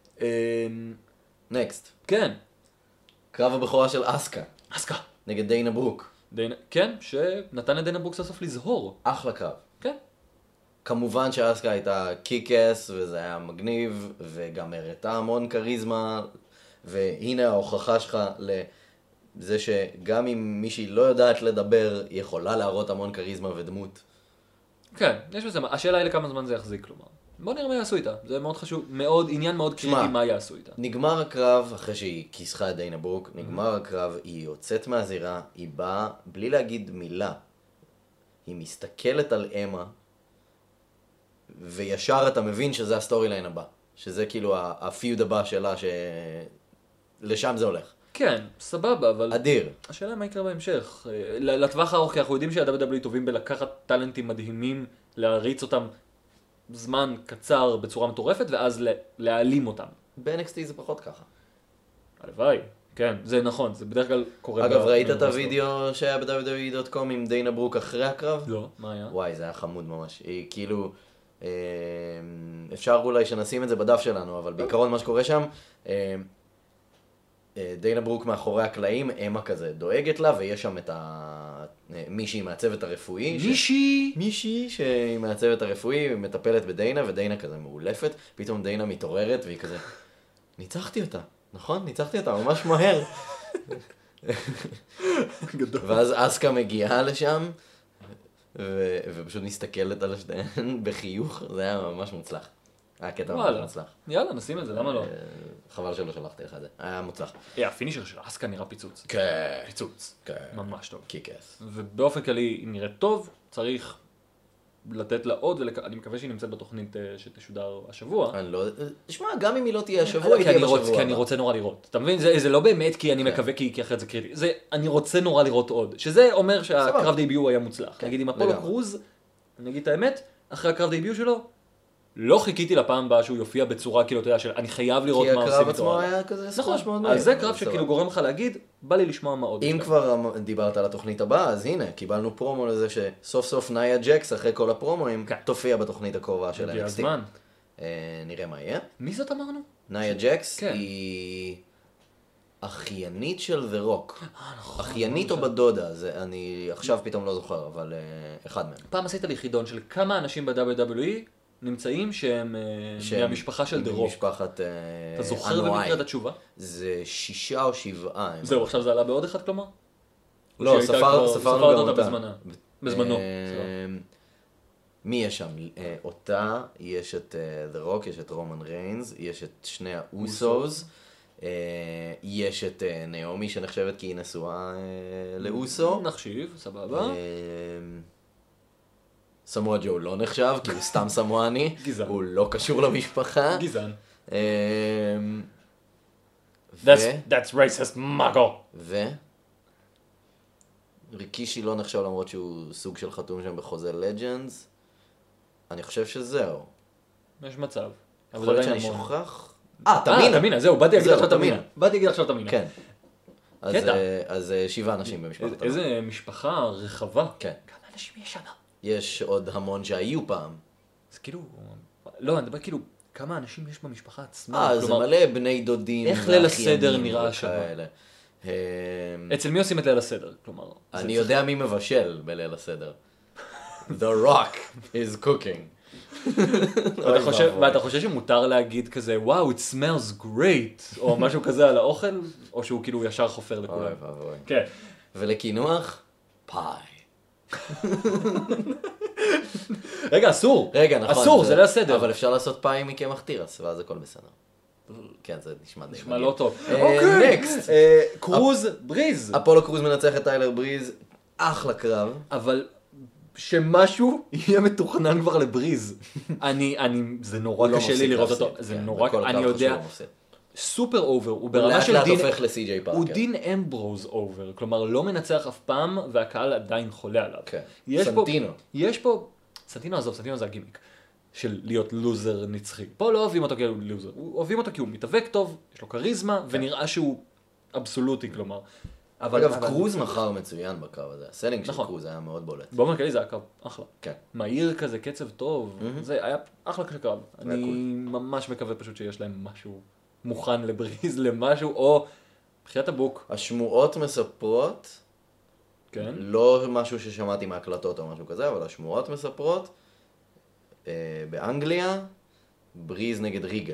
נקסט. כן. קרב הבכורה של אסקה. אסקה. נגד דיינה ברוק. כן, שנתן את דיינה ברוק סוף לזהור. אחלה קרב. כן. כמובן שאסקה הייתה קיקס, וזה היה מגניב, וגם הראתה המון קריזמה, והנה ההוכחה שלך לזה שגם אם מישהי לא יודעת לדבר, היא יכולה להראות המון קריזמה ודמות. כן, יש בזה, השאלה היא לכמה זמן זה יחזיק, כלומר. בוא נראה מה יעשו איתה, זה מאוד חשוב, עניין מאוד קריטי מה יעשו איתה. נגמר הקרב, אחרי שהיא כיסחה את דיינה ברוק, נגמר הקרב, היא יוצאת מהזירה, היא באה בלי להגיד מילה. היא מסתכלת על אמה, וישר אתה מבין שזה הסטורי ליין הבא. שזה כאילו הפיוד הבא שלה, שלשם זה הולך. כן, סבבה, אבל... אדיר. השאלה מה יקרה בהמשך. לטווח הארוך, כי אנחנו יודעים שה-WWE טובים בלקחת טלנטים מדהימים, להריץ אותם זמן קצר בצורה מטורפת, ואז להעלים אותם. ב-NXT זה פחות ככה. הלוואי, כן, זה נכון, זה בדרך כלל קורה... אגב, ראית את הוידאו שהיה ב-WWE.com עם דיינה ברוק אחרי הקרב? לא, מה היה? וואי, זה היה חמוד ממש. היא כאילו... אפשר אולי שנשים את זה בדף שלנו, אבל בעיקרון מה שקורה שם, דיינה ברוק מאחורי הקלעים, אמה כזה דואגת לה, ויש שם את מישהי מהצוות הרפואי. מישהי שהיא מהצוות הרפואי, מטפלת בדיינה, ודיינה כזה מאולפת, פתאום דיינה מתעוררת, והיא כזה, ניצחתי אותה, נכון? ניצחתי אותה ממש מהר. ואז אסקה מגיעה לשם, ופשוט מסתכלת על השתיהן בחיוך, זה היה ממש מוצלח. היה קטע ממש מוצלח. יאללה, נשים את זה, למה לא? חבל שלא שלחתי לך את זה, היה מוצלח. הפינישר של אסקה נראה פיצוץ. כן. פיצוץ. ממש טוב. קיקס. ובאופן כללי היא נראית טוב, צריך לתת לה עוד, ואני מקווה שהיא נמצאת בתוכנית שתשודר השבוע. אני לא... שמע, גם אם היא לא תהיה השבוע, היא תהיה בשבוע. כי אני רוצה נורא לראות. אתה מבין? זה לא באמת כי אני מקווה כי אחרת זה קריטי. זה אני רוצה נורא לראות עוד. שזה אומר שהקרב דייביו היה מוצלח. נגיד עם אפולו קרוז, אני אגיד את האמת, אחרי הקרב דייביו שלו, לא חיכיתי לפעם הבאה שהוא יופיע בצורה כאילו, אתה יודע, של אני חייב לראות מה עושים איתו. כי הקרב עצמו היה כזה סחוש מאוד אז זה קרב שכאילו גורם לך להגיד, בא לי לשמוע מה עוד. אם כבר דיברת על התוכנית הבאה, אז הנה, קיבלנו פרומו לזה שסוף סוף נאיה ג'קס, אחרי כל הפרומואים, תופיע בתוכנית הקרובה של NXT. הגיע הזמן. נראה מה יהיה. מי זאת אמרנו? נאיה ג'קס היא אחיינית של The Rock. אחיינית או בדודה, אני עכשיו פתאום לא זוכר, אבל אחד מהם. פעם עשית לי חידון של כמה אנשים ב-WWE נמצאים שהם מהמשפחה של The Rock. משפחת אתה זוכר במקרה את התשובה? זה 6 או 7. זהו, עכשיו זה עלה בעוד אחד כלומר? לא, ספרנו גם אותה. בזמנו. מי יש שם? אותה, יש את The Rock, יש את רומן ריינס, יש את שני האוסוס, יש את נעמי שנחשבת כי היא נשואה לאוסו. נחשיב, סבבה. סמואה ג'ו לא נחשב, כי הוא סתם סמואני. גזען. הוא לא קשור למשפחה. גזען. That's racist, מגו. ריקישי לא נחשב למרות שהוא סוג של חתום שם בחוזה לג'נדס. אני חושב שזהו. יש מצב. יכול להיות שאני שוכח. תמינה, זהו, באתי להגיד עכשיו תמינה. כן. אז 7 אנשים במשפחת תמינה. איזה משפחה רחבה. כן. כמה אנשים יש שם? יש עוד המון שהיו פעם. זה כאילו, לא, אני מדבר כאילו, כמה אנשים יש במשפחה עצמה. זה מלא בני דודין. איך ליל הסדר נראה שם? אצל מי עושים את ליל הסדר? כלומר, אני יודע מי מבשל בליל הסדר. The Rock is cooking. ואתה חושב שמותר להגיד כזה, וואו, it smells great, או משהו כזה על האוכל, או שהוא כאילו ישר חופר לכולם? כן. ולקינוח, פאי. רגע, אסור. רגע, נכון. אסור, זה ליל הסדר. אבל אפשר לעשות פאי מקמח תירס, ואז הכל בסדר. כן, זה נשמע לא טוב. אוקיי, נקסט. קרוז בריז. אפולו קרוז מנצח את טיילר בריז, אחלה קרב. אבל שמשהו יהיה מתוכנן כבר לבריז. זה נורא קשה לי לראות אותו. זה נורא, אני יודע, סופר אובר, הוא ברמה של דין, הופך לסי.ג'יי פארקר. הוא דין אמברוז אובר, כלומר לא מנצח אף פעם והקהל עדיין חולה עליו. סנטינו. יש פה, סנטינו עזוב, סנטינו זה הגימיק. של להיות לוזר נצחי. פה לא אוהבים אותו כי הוא לוזר, אוהבים אותו כי הוא מתאבק טוב, יש לו קריזמה, ונראה שהוא אבסולוטי, כלומר. אגב, קרוז מחר מצוין בקרב הזה, הסלינג של קרוז היה מאוד בולט. באופן כללי זה היה קרב אחלה. כן. מהיר כזה, קצב טוב, זה היה אחלה קרב. אני ממש מקווה פשוט שיש להם משהו מוכן לבריז, למשהו, או בחיית הבוק. השמועות מספרות, לא משהו ששמעתי מהקלטות או משהו כזה, אבל השמועות מספרות, באנגליה, בריז נגד ריגל.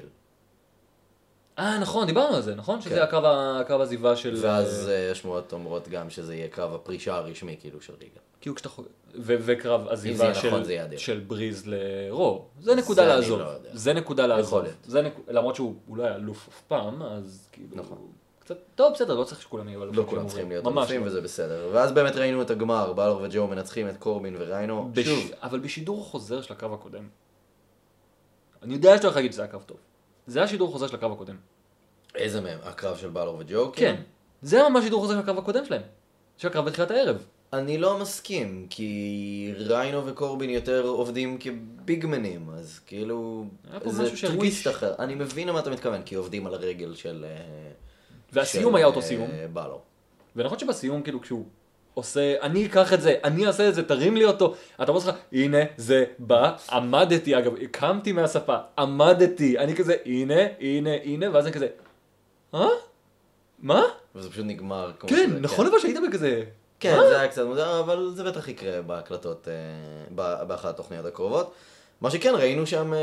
נכון, דיברנו על זה, נכון? שזה הקרב הזיבה של... ואז השמועות אומרות גם שזה יהיה קרב הפרישה הרשמי, כאילו, של ריגל. כאילו כשאתה חושב... וקרב הזיבה של בריז לרו. זה נקודה לעזוב. זה נקודה לעזוב. למרות שהוא לא היה אלוף אף פעם, אז כאילו... נכון. טוב, בסדר, לא צריך שכולם יהיו אלופים. לא כולם צריכים להיות אלופים וזה בסדר. ואז באמת ראינו את הגמר, בלור וג'ו מנצחים את קורבין וריינו. אבל בשידור חוזר של הקרב הקודם. אני יודע שאתה הולך להגיד שזה היה קרב טוב. זה היה שידור חוזר של הקרב הקודם. איזה מהם? הקרב של בלור וג'ו? כן. זה היה ממש שידור חוזר של הקרב הקודם שלהם. של הקרב בתחילת הערב. אני לא מסכים, כי ריינו וקורבין יותר עובדים כביגמנים, אז כאילו... זה טוויסט אחר. אני מבין למה אתה מתכוון, כי עובדים על הרגל של... והסיום היה אותו סיום. בלור. ונכון שבסיום, כאילו, כשהוא עושה, אני אקח את זה, אני אעשה את זה, תרים לי אותו. אתה אומר לך, הנה, זה בא, עמדתי, אגב, קמתי מהספה, עמדתי, אני כזה, הנה, ואז אני כזה, מה? וזה פשוט נגמר כמו כן, שזה, נכון אבל שהיית בכזה... כן, זה היה קצת מוזר, אבל זה בטח יקרה בהקלטות, באחת התוכניות הקרובות. מה שכן, ראינו שם,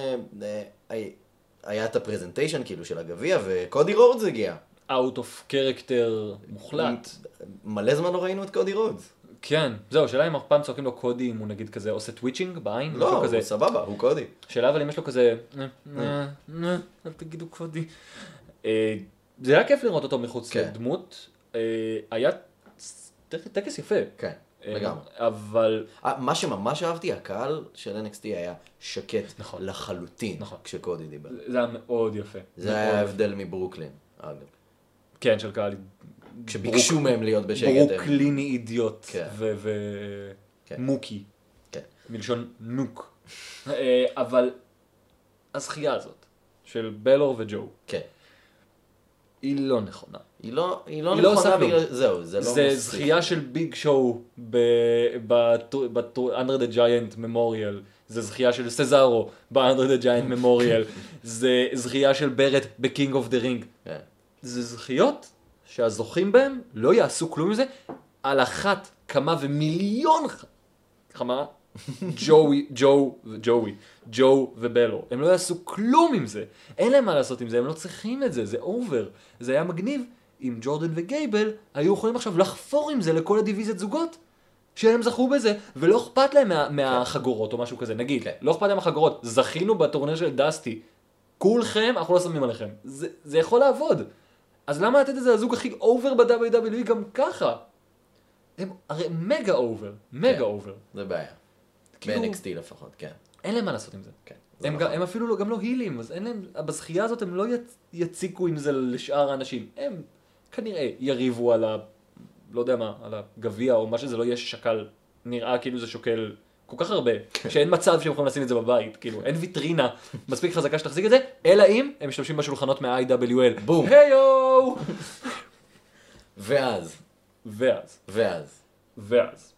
היה את הפרזנטיישן כאילו של הגביע, וקודי רודס הגיע. out of character מוחלט. מלא זמן לא ראינו את קודי רודס. כן, זהו, שאלה אם פעם צורקים לו קודי, אם הוא נגיד כזה עושה טוויצ'ינג בעין? לא, הוא סבבה, הוא קודי. שאלה אבל אם יש לו כזה, אל תגידו קודי. זה היה כיף לראות אותו מחוץ לדמות. היה טקס יפה. כן, לגמרי. אבל... מה שממש אהבתי, הקהל של NXT היה שקט לחלוטין כשקודי דיבר. זה היה מאוד יפה. זה היה ההבדל מברוקלין, אגב. כן, של קהל... כשביקשו מהם להיות בשקט. ברוקליני אידיוט ומוקי. מלשון נוק. אבל הזכייה הזאת של בלור וג'ו. כן. היא לא נכונה. היא לא נכונה בגלל... זהו, זה לא זה זכייה של ביג שואו ב-Under the Giant Memorial. זה זכייה של סזארו ב-Under the Giant Memorial. זה זכייה של ברט ב-King of the Ring. זה זכיות שהזוכים בהם לא יעשו כלום מזה, על אחת כמה ומיליון כמה, ג'ו ובלו. הם לא יעשו כלום עם זה. אין להם מה לעשות עם זה, הם לא צריכים את זה, זה אובר. זה היה מגניב אם ג'ורדן וגייבל היו יכולים עכשיו לחפור עם זה לכל הדיוויזיית זוגות, שהם זכו בזה, ולא אכפת להם מהחגורות או משהו כזה. נגיד, לא אכפת להם מהחגורות, זכינו בטורניר של דסטי, כולכם, אנחנו לא שמים עליכם. זה יכול לעבוד. אז למה לתת את זה לזוג הכי אובר ב-WWE גם ככה? הם הרי מגה אובר, מגה אובר. זה בעיה. ב-NXT לפחות, כן. אין להם מה לעשות עם זה. הם אפילו גם לא הילים, אז אין להם, בזכייה הזאת הם לא יציקו עם זה לשאר האנשים. הם כנראה יריבו על לא יודע מה, על הגביע או מה שזה לא יהיה ששקל, נראה כאילו זה שוקל כל כך הרבה, שאין מצב שהם יכולים לשים את זה בבית, כאילו, אין ויטרינה מספיק חזקה שתחזיק את זה, אלא אם הם משתמשים בשולחנות מה-IWL. בום. היו! ואז.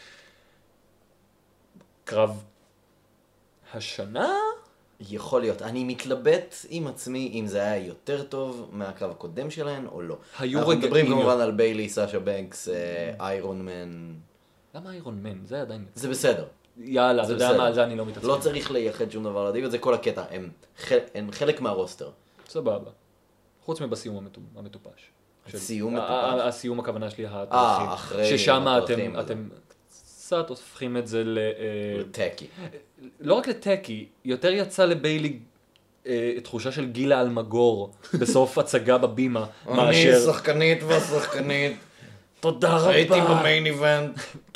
קרב השנה? יכול להיות. אני מתלבט עם עצמי אם זה היה יותר טוב מהקרב הקודם שלהן או לא. אנחנו מדברים כמובן על ביילי, סאשה בנקס, איירון מן. למה איירון מן? זה עדיין... זה בסדר. יאללה, אתה יודע מה, על זה אני לא מתעצבן. לא צריך לייחד שום דבר לדיב, זה כל הקטע. הם חלק מהרוסטר. סבבה. חוץ מבסיום המטופש. הסיום מטופש? הסיום הכוונה שלי, אחרי ששם אתם קצת הופכים את זה לטקי. לא רק לטקי, יותר יצא לביילי תחושה של גילה אלמגור בסוף הצגה בבימה. אני שחקנית והשחקנית. תודה רבה. הייתי במיין איבנט.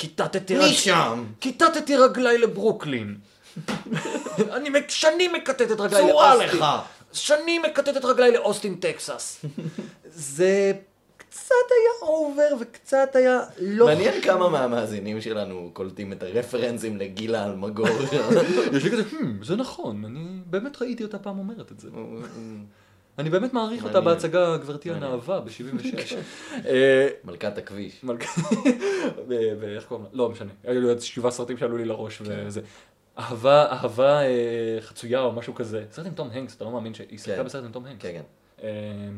כיתתתי רגליי לברוקלין. אני שנים מקטט את רגליי לאוסטין. שנים מקטט את רגליי לאוסטין, טקסס. זה קצת היה אובר וקצת היה לא... מעניין כמה מהמאזינים שלנו קולטים את הרפרנסים לגילה אלמגור. יש לי כזה, זה נכון, אני באמת ראיתי אותה פעם אומרת את זה. אני באמת מעריך אותה בהצגה גברתי הנאהבה ב-76. מלכת הכביש. ואיך קוראים לה? לא משנה. היו לי עוד 7 סרטים שעלו לי לראש וזה. אהבה חצויה או משהו כזה. סרט עם תום הנקס, אתה לא מאמין שהיא שיחקה בסרט עם תום הנקס. כן, כן.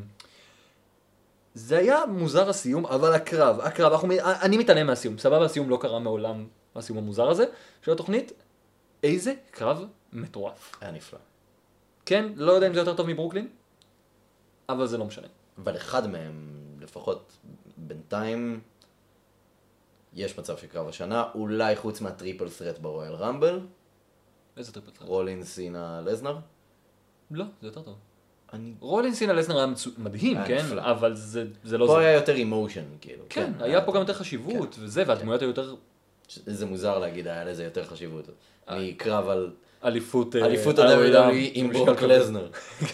זה היה מוזר הסיום, אבל הקרב, אני מתעלם מהסיום. סבבה, הסיום לא קרה מעולם, הסיום המוזר הזה של התוכנית. איזה קרב מטורף. היה נפלא. כן, לא יודע אם זה יותר טוב מברוקלין, אבל זה לא משנה. אבל אחד מהם, לפחות בינתיים, יש מצב שקרב השנה, אולי חוץ מהטריפל סרט ברויאל רמבל. איזה טריפל סרט? רולין, סינה, לזנר? לא, זה יותר טוב. רולין, סינה, לזנר היה מדהים, כן? אבל זה לא זה. פה היה יותר אימושן, כאילו. כן, היה פה גם יותר חשיבות, וזה, והדמויות היו יותר... זה מוזר להגיד, היה לזה יותר חשיבות. מקרב על... אליפות ה-WWE עם ברוק לזנר.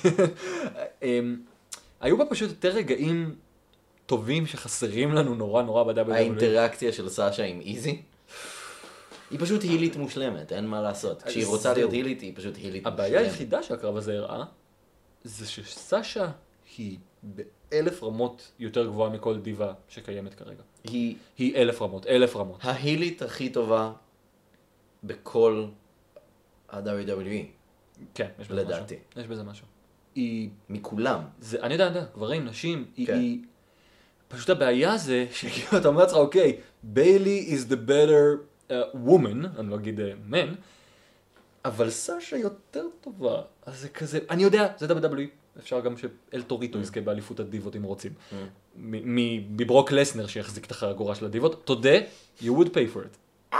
היו בה פשוט יותר רגעים טובים שחסרים לנו נורא ב-WWE. האינטראקציה של סאשה עם איזי, היא פשוט הילית מושלמת, אין מה לעשות. כשהיא רוצה להיות הילית, היא פשוט הילית מושלמת. הבעיה היחידה שהקרב הזה הראה, זה שסאשה היא ב1000 רמות יותר גבוהה מכל דיבה שקיימת כרגע. היא 1000 רמות. ההילית הכי טובה בכל ה-WWE. כן, יש בזה לדעתי. משהו. יש בזה משהו. היא... מכולם. אני יודע, גברים, נשים, כן. היא... פשוט הבעיה זה שכאילו אתה אומר לעצמך, אוקיי, ביילי is the better woman, אני לא אגיד man, אבל סאשה יותר טובה. אז זה כזה, אני יודע, זה WWE, אפשר גם שאל טוריטו יזכה באליפות הדיבות אם רוצים. מברוק לסנר שיחזיק את החגורה של הדיבות, תודה, you would pay for it.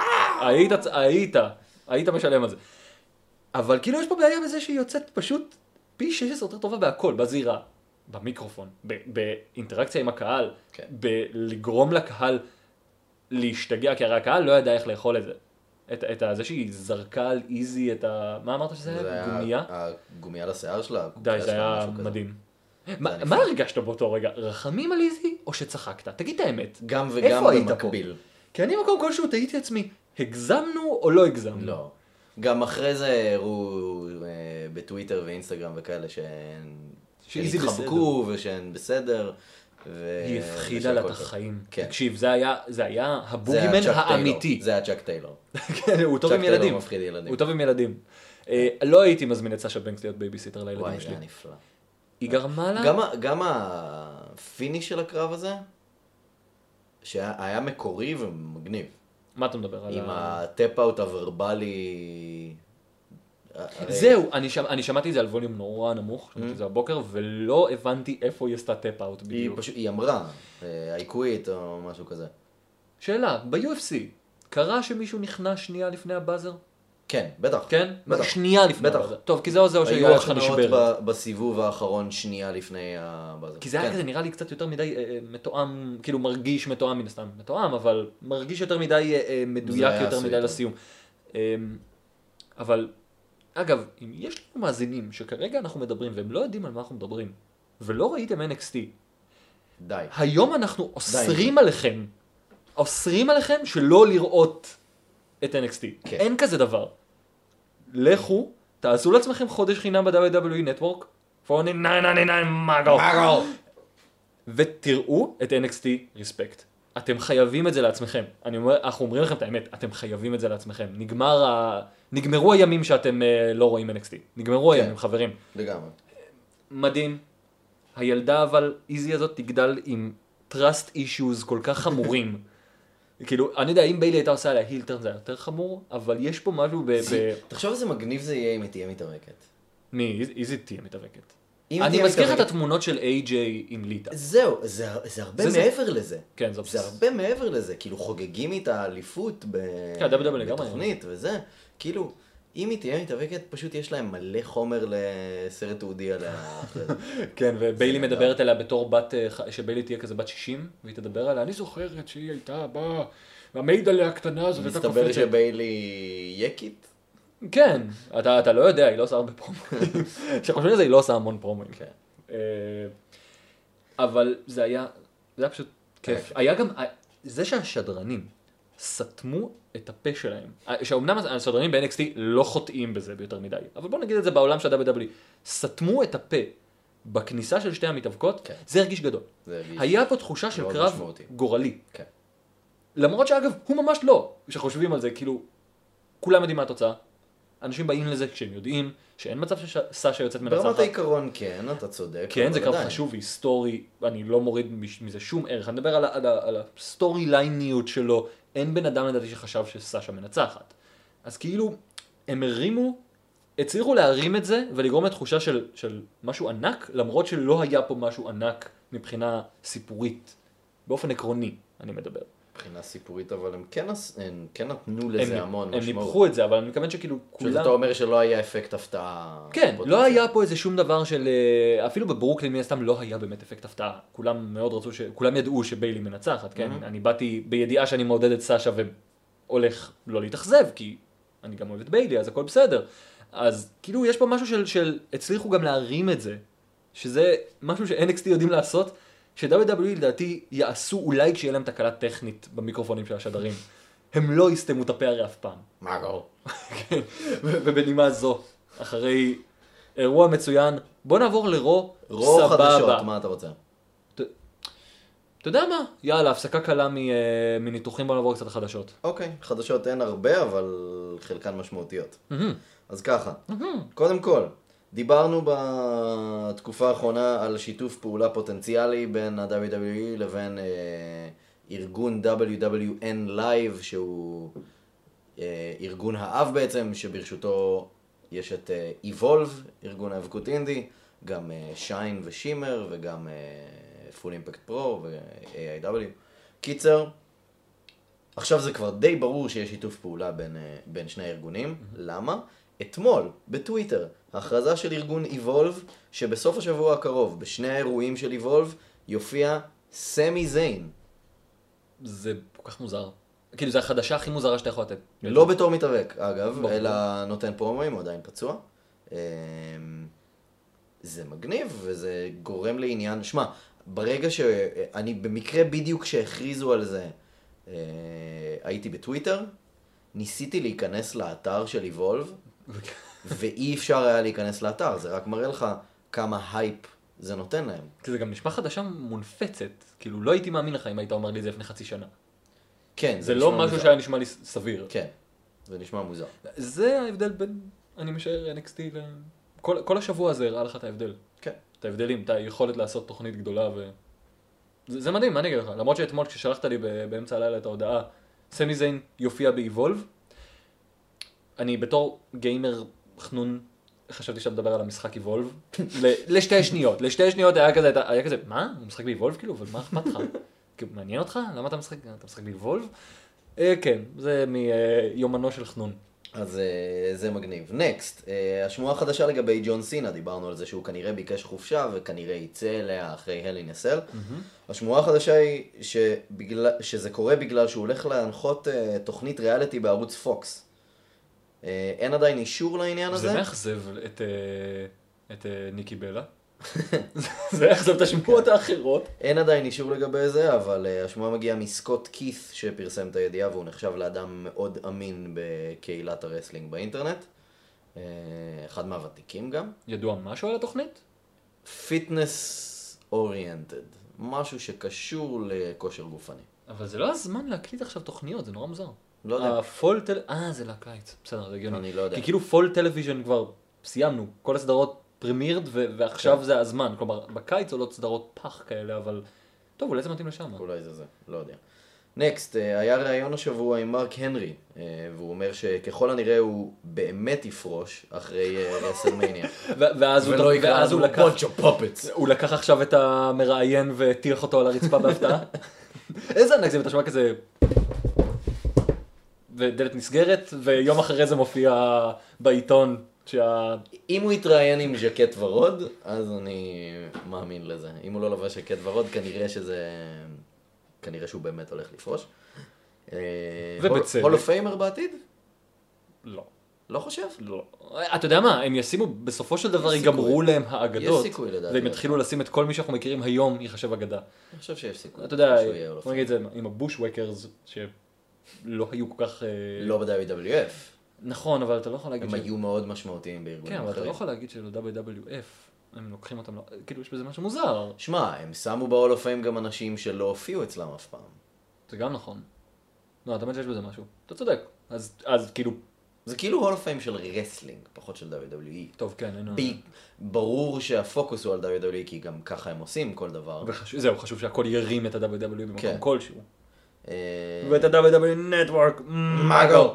היית משלם על זה. אבל כאילו יש פה בעיה בזה שהיא יוצאת פשוט פי 16 יותר טובה בהכל, בזירה, במיקרופון, באינטראקציה עם הקהל, כן. בלגרום לקהל להשתגע, כי הרי הקהל לא ידע איך לאכול את זה. את זה שהיא זרקה על איזי את ה... מה אמרת שזה היה? גומייה? הגומייה לשיער שלה. די, זה היה מדהים. מה הרגשת באותו רגע? רחמים על איזי או שצחקת? תגיד את האמת. גם וגם במקביל. כי אני מקום כלשהו תהיתי עצמי, הגזמנו או לא הגזמנו? לא. גם אחרי זה הראו בטוויטר ואינסטגרם וכאלה שהן התחבקו ושהן בסדר. היא הפחידה לה את החיים. כן. תקשיב, זה היה הבוגימן האמיתי. זה היה צ'אק טיילור. כן, הוא טוב עם ילדים. צ'אק טיילור מפחיד ילדים. הוא טוב עם ילדים. לא הייתי מזמין את סאשה בנקס להיות בייביסיטר לילדים וואי, שלי. זה היה נפלא. היא גרמה לה... גם הפיניש של הקרב הזה, שהיה מקורי ומגניב. מה אתה מדבר? עם הטאפ-אאוט הוורבלי... זהו, אני שמעתי את זה על ווליום נורא נמוך, שמעתי את זה הבוקר, ולא הבנתי איפה היא עשתה טאפ-אאוט בדיוק. היא אמרה, I quit או משהו כזה. שאלה, ב-UFC, קרה שמישהו נכנע שנייה לפני הבאזר? כן, בטח. כן? בטח. שנייה לפני בטח. הבאזר. טוב, כי זהו היו שהיד שלך הכנעות נשברת. בסיבוב האחרון שנייה לפני הבאזר. כי זה היה כזה נראה לי קצת יותר מדי מתואם, כאילו מרגיש מתואם מן הסתם, מתואם, אבל מרגיש יותר מדי מדויק יותר מדי לסיום. אבל, אגב, אם יש לנו מאזינים שכרגע אנחנו מדברים והם לא יודעים על מה אנחנו מדברים, ולא ראיתם NXT, די. היום אנחנו אוסרים עליכם שלא לראות את NXT. כן. אין כזה דבר. לכו, תעשו לעצמכם חודש חינם ב-WWE Network, for only $9.99 מגו. ותראו את NXT Respect. אתם חייבים את זה לעצמכם. אנחנו אומרים לכם את האמת, אתם חייבים את זה לעצמכם. נגמרו הימים שאתם לא רואים NXT. נגמרו הימים, חברים. לגמרי. מדהים. הילדה אבל, איזי הזאת תגדל עם trust issues כל כך חמורים. כאילו, אני יודע, אם ביילי הייתה עושה עליה הילטרן זה היה יותר חמור, אבל יש פה משהו תחשוב איזה מגניב זה יהיה אם היא תהיה מתאבקת. מי? איזי תהיה מתאבקת. אני מזכיר לך את התמונות של AJ עם ליטה. זהו, זה הרבה מעבר לזה. כן, זה הרבה מעבר לזה. כאילו חוגגים איתה אליפות בתוכנית וזה. כאילו, אם היא תהיה מתאבקת, פשוט יש להם מלא חומר לסרט תעודי עליה. כן, וביילי מדברת עליה בתור בת, שביילי תהיה כזה בת 60, והיא תדבר עליה, אני זוכרת שהיא הייתה באה, והמעיד עליה הקטנה הזאת הייתה קופצת. מסתבר שביילי יקית? כן, אתה לא יודע, היא לא עושה הרבה פרומואים. כשחושבים על זה, היא לא עושה המון פרומואים. אבל זה היה פשוט כיף. היה גם, זה שהשדרנים סתמו את הפה שלהם, שאומנם השדרנים ב-NXT לא חוטאים בזה ביותר מדי, אבל בוא נגיד את זה בעולם של WWE, סתמו את הפה בכניסה של שתי המתאבקות, זה הרגיש גדול. היה פה תחושה של קרב גורלי. למרות שאגב, הוא ממש לא, כשחושבים על זה, כאילו, כולם יודעים מה התוצאה. אנשים באים לזה כשהם יודעים שאין מצב שסאשה יוצאת מנצחת. ברמת העיקרון כן, אתה צודק. כן, זה קרב חשוב והיסטורי, אני לא מוריד מזה שום ערך. אני מדבר על הסטורי לייניות שלו, אין בן אדם לדעתי שחשב שסאשה מנצחת. אז כאילו, הם הצליחו להרים את זה ולגרום לתחושה של משהו ענק, למרות שלא היה פה משהו ענק מבחינה סיפורית. באופן עקרוני, אני מדבר. מבחינה סיפורית, אבל הם כן נתנו לזה המון משמעות. הם ניפחו את זה, אבל אני מתכוון שכאילו כולם... שאתה אומר שלא היה אפקט הפתעה. כן, לא היה פה איזה שום דבר של... אפילו בברוקלין מן הסתם לא היה באמת אפקט הפתעה. כולם מאוד רצו כולם ידעו שביילי מנצחת, כן? אני באתי בידיעה שאני מעודד את סאשה והולך לא להתאכזב, כי אני גם אוהב את ביילי, אז הכל בסדר. אז כאילו יש פה משהו של הצליחו גם להרים את זה, שזה משהו ש-NXT יודעים לעשות, ש-WWE לדעתי יעשו אולי כשיהיה להם תקלה טכנית במיקרופונים של השדרים. הם לא יסתמו את הפה הרי אף פעם. מה גאו? כן, ובנימה זו, אחרי אירוע מצוין, בוא נעבור לרו סבבה. רו חדשות, מה אתה רוצה? אתה יודע מה? יאללה, הפסקה קלה מניתוחים, בוא נעבור קצת לחדשות. אוקיי, חדשות אין הרבה, אבל חלקן משמעותיות. אז ככה, קודם כל, דיברנו בתקופה האחרונה על שיתוף פעולה פוטנציאלי בין ה-WWE לבין ארגון WWN Live, שהוא ארגון האב בעצם, שברשותו יש את Evolve, ארגון האבקות אינדי, גם שיין ושימר וגם Full Impact Pro ו-AIW. קיצר, עכשיו זה כבר די ברור שיש שיתוף פעולה בין שני הארגונים. למה? אתמול, בטוויטר, ההכרזה של ארגון Evolve, שבסוף השבוע הקרוב, בשני האירועים של Evolve, יופיע סמי זיין. זה כל כך מוזר. כאילו, זה החדשה הכי מוזרה שאתה יכול לתת. לא בתור מתאבק, אגב, אלא נותן פרומואים, הוא עדיין פצוע. זה מגניב, וזה גורם לעניין. שמע, ברגע שאני במקרה בדיוק שהכריזו על זה, הייתי בטוויטר, ניסיתי להיכנס לאתר של Evolve, ואי אפשר היה להיכנס לאתר, זה רק מראה לך כמה הייפ זה נותן להם. כי זה גם נשמע חדשה מונפצת, כאילו לא הייתי מאמין לך אם היית אומר לי את זה לפני חצי שנה. כן, זה לא משהו שהיה נשמע לי סביר. כן, זה נשמע מוזר. זה ההבדל בין, אני משער, NXT כל השבוע הזה הראה לך את ההבדל. כן. את ההבדלים, את היכולת לעשות תוכנית גדולה זה מדהים, מה אני אגיד לך? למרות שאתמול כששלחת לי באמצע הלילה את ההודעה, סמי זיין יופיע ב-Evolve, אני בתור גיימר חנון חשבתי שאתה מדבר על המשחק Evolve, לשתי שניות היה כזה, מה? הוא משחק ב-Evolve כאילו? אבל מה אכפת לך? כאילו, מעניין אותך? למה אתה משחק ב-Evolve? כן, זה מיומנו של חנון. אז זה מגניב. נקסט, השמועה החדשה לגבי ג'ון סינה, דיברנו על זה שהוא כנראה ביקש חופשה וכנראה יצא אליה אחרי הל אין אסל. השמועה החדשה היא שזה קורה בגלל שהוא הולך להנחות תוכנית ריאליטי בערוץ פוקס. אין עדיין אישור לעניין הזה. זה מאכזב את ניקי בלה. זה מאכזב את השמועות האחרות. אין עדיין אישור לגבי זה, אבל השמועה מגיעה מסקוט קית' שפרסם את הידיעה, והוא נחשב לאדם מאוד אמין בקהילת הרסלינג באינטרנט. אחד מהוותיקים גם. ידוע משהו על התוכנית? פיטנס אוריינטד. משהו שקשור לכושר גופני. אבל זה לא הזמן להקליט עכשיו תוכניות, זה נורא מוזר. לא יודע. זה לקיץ. בסדר, זה הגיוני. אני לא יודע. כי כאילו פול טלוויז'ן כבר סיימנו. כל הסדרות פרמירד ועכשיו זה הזמן. כלומר, בקיץ עולות סדרות פח כאלה, אבל טוב, אולי זה מתאים לשם. אולי זה, לא יודע. נקסט, היה ראיון השבוע עם מרק הנרי, והוא אומר שככל הנראה הוא באמת יפרוש אחרי רסלמניה. ואז הוא לקח עכשיו את המראיין והטיח אותו על הרצפה בהפתעה. איזה ענק זה, ואתה שומע כזה... ודלת נסגרת, ויום אחרי זה מופיע בעיתון אם הוא יתראיין עם ז'קט ורוד, אז אני מאמין לזה. אם הוא לא לבש ז'קט ורוד, כנראה שהוא באמת הולך לפרוש. ובצדק. הול אוף פיימר בעתיד? לא. לא חושב? לא. אתה יודע מה, הם ישימו, בסופו של דבר ייגמרו להם האגדות. יש סיכוי לדעתי. והם יתחילו לשים את כל מי שאנחנו מכירים היום, יחשב אגדה. אני חושב שיש סיכוי. אתה יודע, בוא נגיד את זה, עם הבוש ווקרס, שלא היו כל כך... לא ב-WWF. נכון, אבל אתה לא יכול להגיד... הם היו מאוד משמעותיים בארגונים אחרים. כן, אבל אתה לא יכול להגיד של-WWF, הם לוקחים אותם, כאילו יש בזה משהו מוזר. שמע, הם שמו בהול אוף פיים גם אנשים שלא הופיעו אצלם אף פעם. זה גם נכון. לא, אתה מבין שיש בזה משהו. אתה צודק. אז כאילו... זה כאילו הול אוף פיים של רסלינג, פחות של WWE. טוב, כן, אין... ברור שהפוקוס הוא על WWE, כי גם ככה הם עושים כל דבר. זהו, חשוב שהכל ירים את ה-WWE במקום כלשהו. ואת ה-WWE Network, מגל.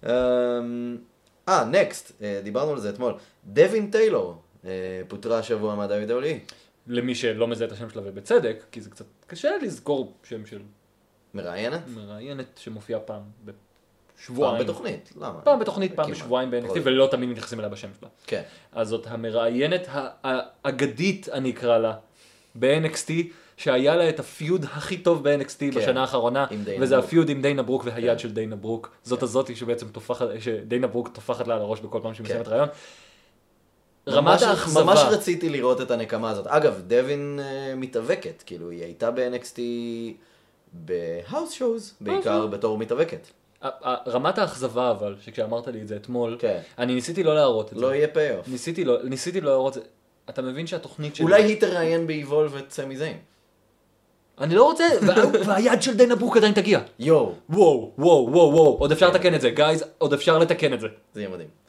נקסט, דיברנו על זה אתמול. דווין טיילור פוטרה השבוע מה-WWE. למי שלא מזהה את השם שלה ובצדק, כי זה קצת קשה לזכור שם של... מראיינת? מראיינת שמופיעה פעם בשבועיים. פעם בתוכנית, למה? פעם בתוכנית, פעם בשבועיים ב-NXT, ולא תמיד מתייחסים אליה בשם שלה. כן. אז זאת המראיינת האגדית, אני אקרא לה, ב-NXT, שהיה לה את הפיוד הכי טוב ב-NXT בשנה האחרונה, וזה הפיוד עם דיינה ברוק והיד של דיינה ברוק. זאת הזאתי שבעצם שדיינה ברוק תופחת לה על הראש בכל פעם שהיא מסיימת רעיון. רמת האכזבה. ממש רציתי לראות את הנקמה הזאת. אגב, דווין מתאבקת, כאילו היא הייתה ב-NXT בהאוס שואוז, בעיקר בתור מתאבקת. רמת האכזבה אבל, שכשאמרת לי את זה אתמול, אני ניסיתי לא להראות את זה. לא יהיה פי-אוף. ניסיתי לא להראות את זה. אתה מבין שהתוכנית שלי... אולי היא תראיין ב-Evolve את סמי זיין. אני לא רוצה, והיד של דיינה ברוק עדיין תגיע. יואו. וואו, עוד אפשר לתקן את זה, גייז, עוד אפשר לתקן את זה. זה יהיה מדהים.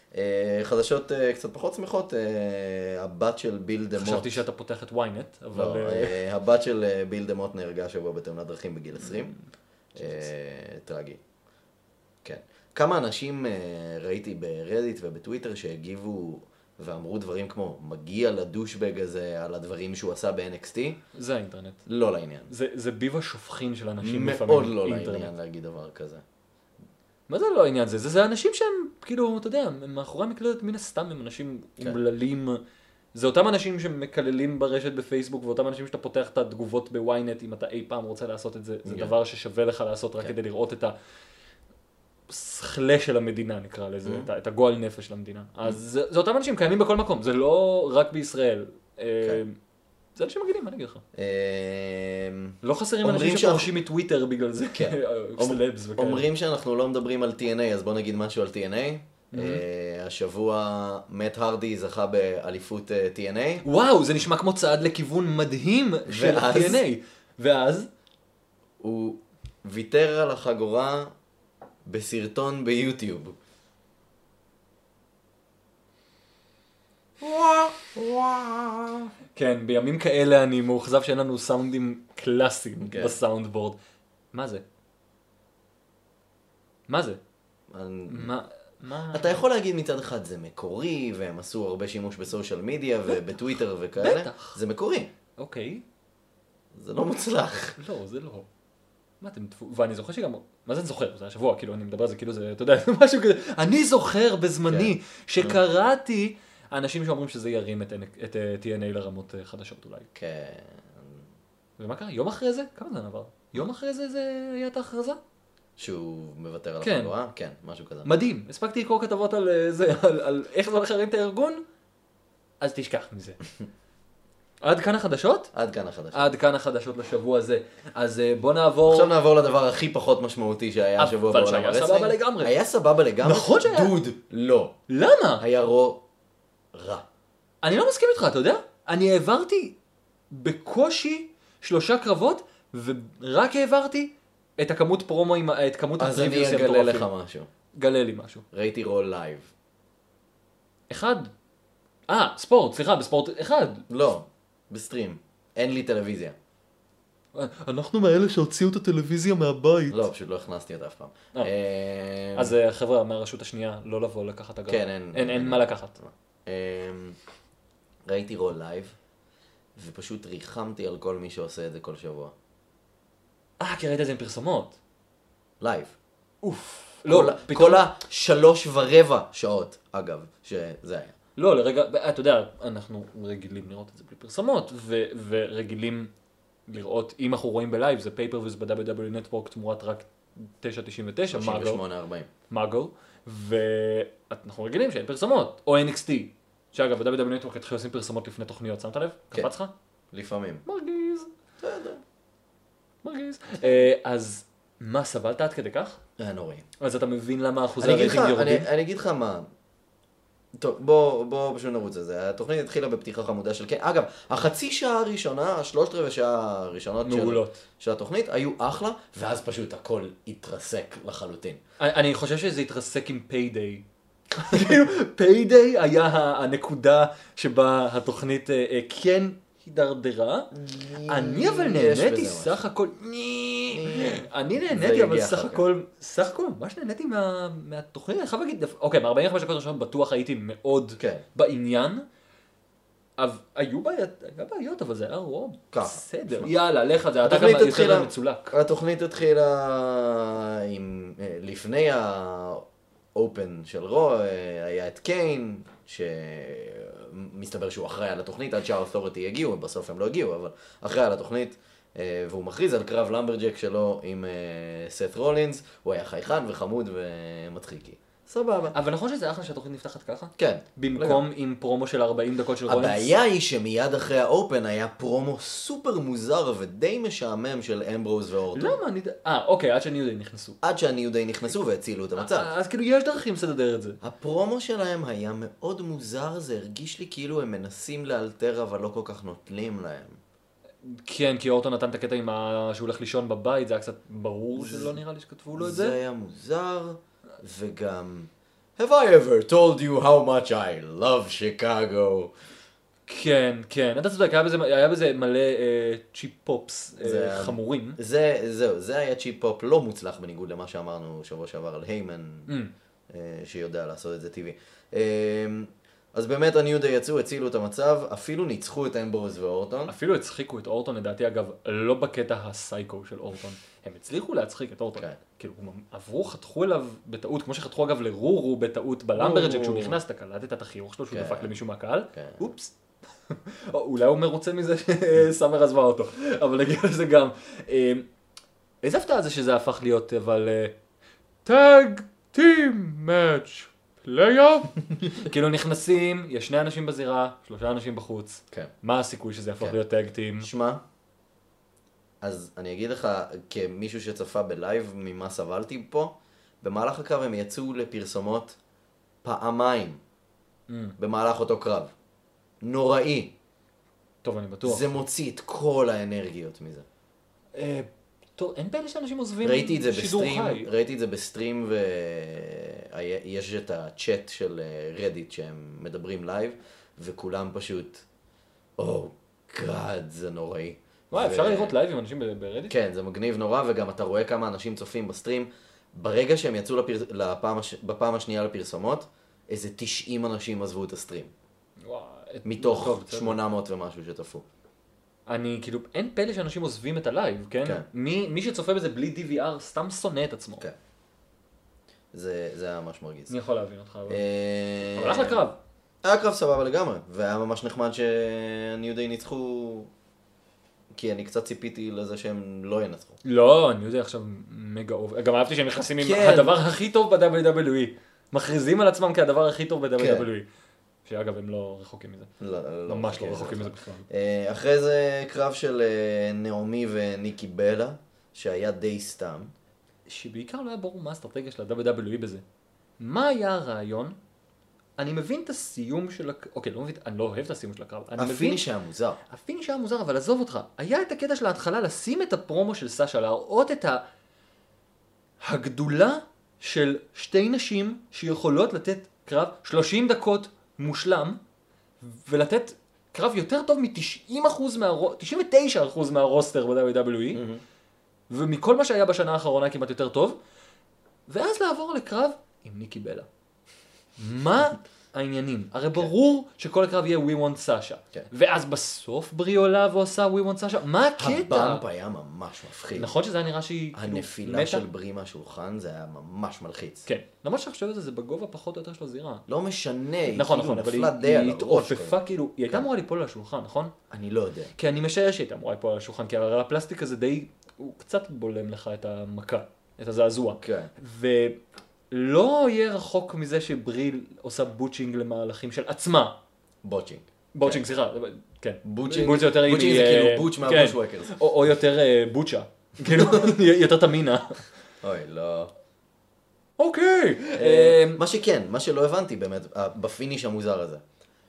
חדשות קצת פחות שמחות, הבת של ביל דמוט. חשבתי שאתה פותח את ynet, אבל... לא, הבת של ביל דמוט נהרגה שבוע בתאונת דרכים בגיל 20. טרגי. כן. כמה אנשים ראיתי ברדיט ובטוויטר שהגיבו ואמרו דברים כמו, מגיע לדושבג הזה על הדברים שהוא עשה ב-NXT. זה האינטרנט. לא לעניין. זה ביב השופכין של אנשים לפעמים. מאוד לא לעניין להגיד דבר כזה. מה זה לא העניין? זה אנשים שהם, כאילו, אתה יודע, הם מאחורי המקלדת מן הסתם, הם אנשים אומללים. זה אותם אנשים שמקללים ברשת בפייסבוק, ואותם אנשים שאתה פותח את התגובות בוויינט, אם אתה אי פעם רוצה לעשות את זה, זה דבר ששווה לך לעשות רק כדי לראות את השכלה של המדינה, נקרא לזה, את הגועל נפש של המדינה. אז זה אותם אנשים קיימים בכל מקום, זה לא רק בישראל. זה אנשים מגעילים, מה אני אגיד לך? לא חסרים אנשים שפורשים מטוויטר בגלל זה, סלבס וכאלה. אומרים שאנחנו לא מדברים על TNA, אז בוא נגיד משהו על TNA. השבוע מאט הרדי זכה באליפות TNA. וואו, זה נשמע כמו צעד לכיוון מדהים של TNA. ואז? הוא ויתר על החגורה בסרטון ביוטיוב. כן, בימים כאלה אני מאוכזב שאין לנו סאונדים קלאסיים בסאונדבורד. מה זה? מה זה? אתה יכול להגיד מצד אחד זה מקורי, והם עשו הרבה שימוש בסושיאל מדיה ובטוויטר וכאלה. בטח. זה מקורי. אוקיי. זה לא מוצלח. לא, זה לא. מה אתם... ואני זוכר שגם... מה זה אני זוכר? זה השבוע, כאילו אני מדבר על זה, כאילו זה, אתה יודע, משהו כזה. אני זוכר בזמני שקראתי אנשים שאומרים שזה ירים את TNA לרמות חדשות אולי. כן. ומה קרה? יום אחרי זה? כמה זמן עבר? יום אחרי זה זה היה את ההכרזה? שהוא מוותר על החגורה? כן, משהו כזה. מדהים. הספקתי לקרוא כתבות על זה, על איך זה הולך להרים את הארגון? אז תשכח מזה. עד כאן החדשות? עד כאן החדשות. עד כאן החדשות לשבוע הזה. אז בוא נעבור... עכשיו נעבור לדבר הכי פחות משמעותי שהיה השבוע בעולם הרסלינג. אבל שהיה סבבה לגמרי. היה סבבה לגמרי? נכון שהיה. דוד, לא. למה? היה רע. אני לא מסכים איתך, אתה יודע? אני העברתי בקושי 3 קרבות, ורק העברתי את הכמות פרומו, את כמות הפריוויוס המטורפים. אז אני אגלה לך משהו. גלה לי משהו. ראיתי רול לייב. אחד. ספורט, סליחה, בספורט אחד. לא, בסטרים. אין לי טלוויזיה. אנחנו מאלה שהוציאו את הטלוויזיה מהבית. לא, פשוט לא הכנסתי אותה אף פעם. אז חבר'ה, מהרשות השנייה, לא לבוא לקחת אגב. כן, אין מה לקחת. ראיתי רול לייב, ופשוט ריחמתי על כל מי שעושה את זה כל שבוע. כי ראית את זה עם פרסומות. לייב. אוף. כל 3.25 שעות, אגב, שזה היה. לא, לרגע, אתה יודע, אנחנו רגילים לראות את זה בלי פרסומות, ורגילים לראות, אם אנחנו רואים בלייב, זה פייפרוויז ב-WW Network תמורת רק 9.99, מאגל, ואנחנו רגילים שאין פרסומות, או NXT, שאגב, ב-WW Network התחילו לשים פרסומות לפני תוכניות, שמת לב? קפץ לך? לפעמים. מרגיז. אז מה, סבלת עד כדי כך? היה נוראי. אז אתה מבין למה אחוזי הרייטינג יורדים? אני אגיד לך מה. טוב, בוא פשוט נרוץ על זה. התוכנית התחילה בפתיחה חמודה של כן. אגב, החצי שעה הראשונה, 3/4 שעה הראשונות של התוכנית היו אחלה, ואז פשוט הכל התרסק לחלוטין. אני חושב שזה התרסק עם פיידיי. פיידיי היה הנקודה שבה התוכנית כן הידרדרה. אני אבל נהניתי סך הכל. אני נהניתי אבל סך הכל ממש נהניתי מהתוכנית. אני חייב להגיד, אוקיי, ב-45 דקות ראשונות בטוח הייתי מאוד בעניין. היו בעיות, אבל זה היה רוב. בסדר. יאללה, לך, זה אתה גם יותר מצולק. התוכנית התחילה עם, לפני האופן של רו, היה את קיין, שמסתבר שהוא אחראי על התוכנית, עד שהאותוריטי הגיעו, בסוף הם לא הגיעו, אבל אחראי על התוכנית, והוא מכריז על קרב למברג'ק שלו עם סת רולינס, הוא היה חייכן וחמוד ומצחיקי. סבבה. אבל נכון שזה אחלה שהתוכנית נפתחת ככה? כן. במקום עם פרומו של 40 דקות של רולינס? הבעיה היא שמיד אחרי האופן היה פרומו סופר מוזר ודי משעמם של אמברוז ואורטון. למה? אוקיי, עד שהניו דיי נכנסו. עד שהניו דיי נכנסו והצילו את המצב. אז כאילו יש דרכים לסדר את זה. הפרומו שלהם היה מאוד מוזר, זה הרגיש לי כאילו הם מנסים לאלתר אבל לא כל כך נוטלים להם. כן, כי אורטון נתן את הקטע עם שהוא הולך לישון בבית, זה היה קצת ברור שלא נראה לי שכתבו לו את זה. זה היה מוזר. וגם Have I ever told you how much I love Chicago? כן, כן, אתה צודק, היה בזה מלא צ'יפ פופס חמורים. זה היה צ'יפ פופ לא מוצלח בניגוד למה שאמרנו שבוע שעבר על היימן, שיודע לעשות את זה טבעי. אז באמת הניו דיי יצאו, הצילו את המצב, אפילו ניצחו את אמברוז ואורטון. אפילו הצחיקו את אורטון, לדעתי אגב, לא בקטע הסייקו של אורטון. הם הצליחו להצחיק את אורטון. כאילו, עברו, חתכו אליו בטעות, כמו שחתכו אגב לרורו בטעות בלמברג' כשהוא נכנס, אתה קלטת את החיוך שלו שהוא דפק למישהו מהקהל. אופס. אולי הוא מרוצה מזה שסאמר עזבה אותו, אבל נגיע לזה גם. איזה הפתעה זה שזה הפך להיות, אבל... טאג טים מאץ' פלייאוף? כאילו נכנסים, יש 2 אנשים בזירה, 3 אנשים בחוץ. מה הסיכוי שזה יהפוך להיות טאג טים? שמע, אז אני אגיד לך, כמישהו שצפה בלייב ממה סבלתי פה, במהלך הקרב הם יצאו לפרסומות פעמיים במהלך אותו קרב. נוראי. טוב, אני בטוח. זה מוציא את כל האנרגיות מזה. טוב, אין בעיה שאנשים עוזבים שידור חי. ראיתי את זה בסטרים, ויש את הצ'אט של רדיט שהם מדברים לייב, וכולם פשוט, גאד, זה נוראי. מה, אפשר לראות לייב עם אנשים ברדיט? כן, זה מגניב נורא, וגם אתה רואה כמה אנשים צופים בסטרים. ברגע שהם יצאו בפעם השנייה לפרסומות, איזה 90 אנשים עזבו את הסטרים. מתוך 800 ומשהו שצפו. אני כאילו, אין פלא שאנשים עוזבים את הלייב, כן? מי שצופה בזה בלי DVR סתם שונא את עצמו. כן. זה היה ממש מרגיז. אני יכול להבין אותך, אבל אחלה קרב. היה קרב סבבה לגמרי, והיה ממש נחמד שהניו דיי ניצחו, כי אני קצת ציפיתי לזה שהם לא ינצחו. לא, הניו דיי עכשיו מגה אובר. גם אהבתי שהם נכנסים עם הדבר הכי טוב ב-WWE. מכריזים על עצמם כהדבר הכי טוב ב-WWE. שאגב, הם לא רחוקים מזה. ממש לא רחוקים מזה בכלל. אחרי זה קרב של נעמי וניקי בלה, שהיה די סתם. שבעיקר לא היה ברור מה האסטרטגיה של ה-WWE בזה. מה היה הרעיון? אני מבין את הסיום של אוקיי, לא מבין, אני לא אוהב את הסיום של הקרב. הפיניש היה מוזר. הפיניש היה מוזר, אבל עזוב אותך. היה את הקטע של ההתחלה לשים את הפרומו של סאשה, להראות את הגדולה של 2 נשים שיכולות לתת קרב 30 דקות מושלם, ולתת קרב יותר טוב מ-99% מהרוסטר ב-WWE, ומכל מה שהיה בשנה האחרונה כמעט יותר טוב, ואז לעבור לקרב עם ניקי בלה. מה העניינים? הרי ברור שכל הקרב יהיה We Want Sasha, ואז בסוף ברי עולה ועושה We Want Sasha, מה הקטע? הבאמפ היה ממש מפחיד. נכון שזה היה נראה שהיא הנפילה של ברי מהשולחן זה היה ממש מלחיץ. כן, למרות שאני חושב את זה בגובה פחות או יותר של הזירה. לא משנה, נכון, אבל היא התעופפה כאילו, היא הייתה אמורה ליפול על השולחן, נכון? אני לא יודע. כי אני משער שהיא הייתה אמורה ליפול על השולחן, כי הרי הפלסטיק הזה די, הוא קצת בולם לך את המכה, את הזעזוע. כן. לא יהיה רחוק מזה שברי עושה בוטשינג למהלכים של עצמה. בוטשינג, סליחה. כן. בוטשינג זה כאילו בוטש מהבושווקרס. או יותר בוטשה. כאילו, יותר תמינה. אוי, לא. אוקיי. מה שלא הבנתי באמת, בפיניש המוזר הזה.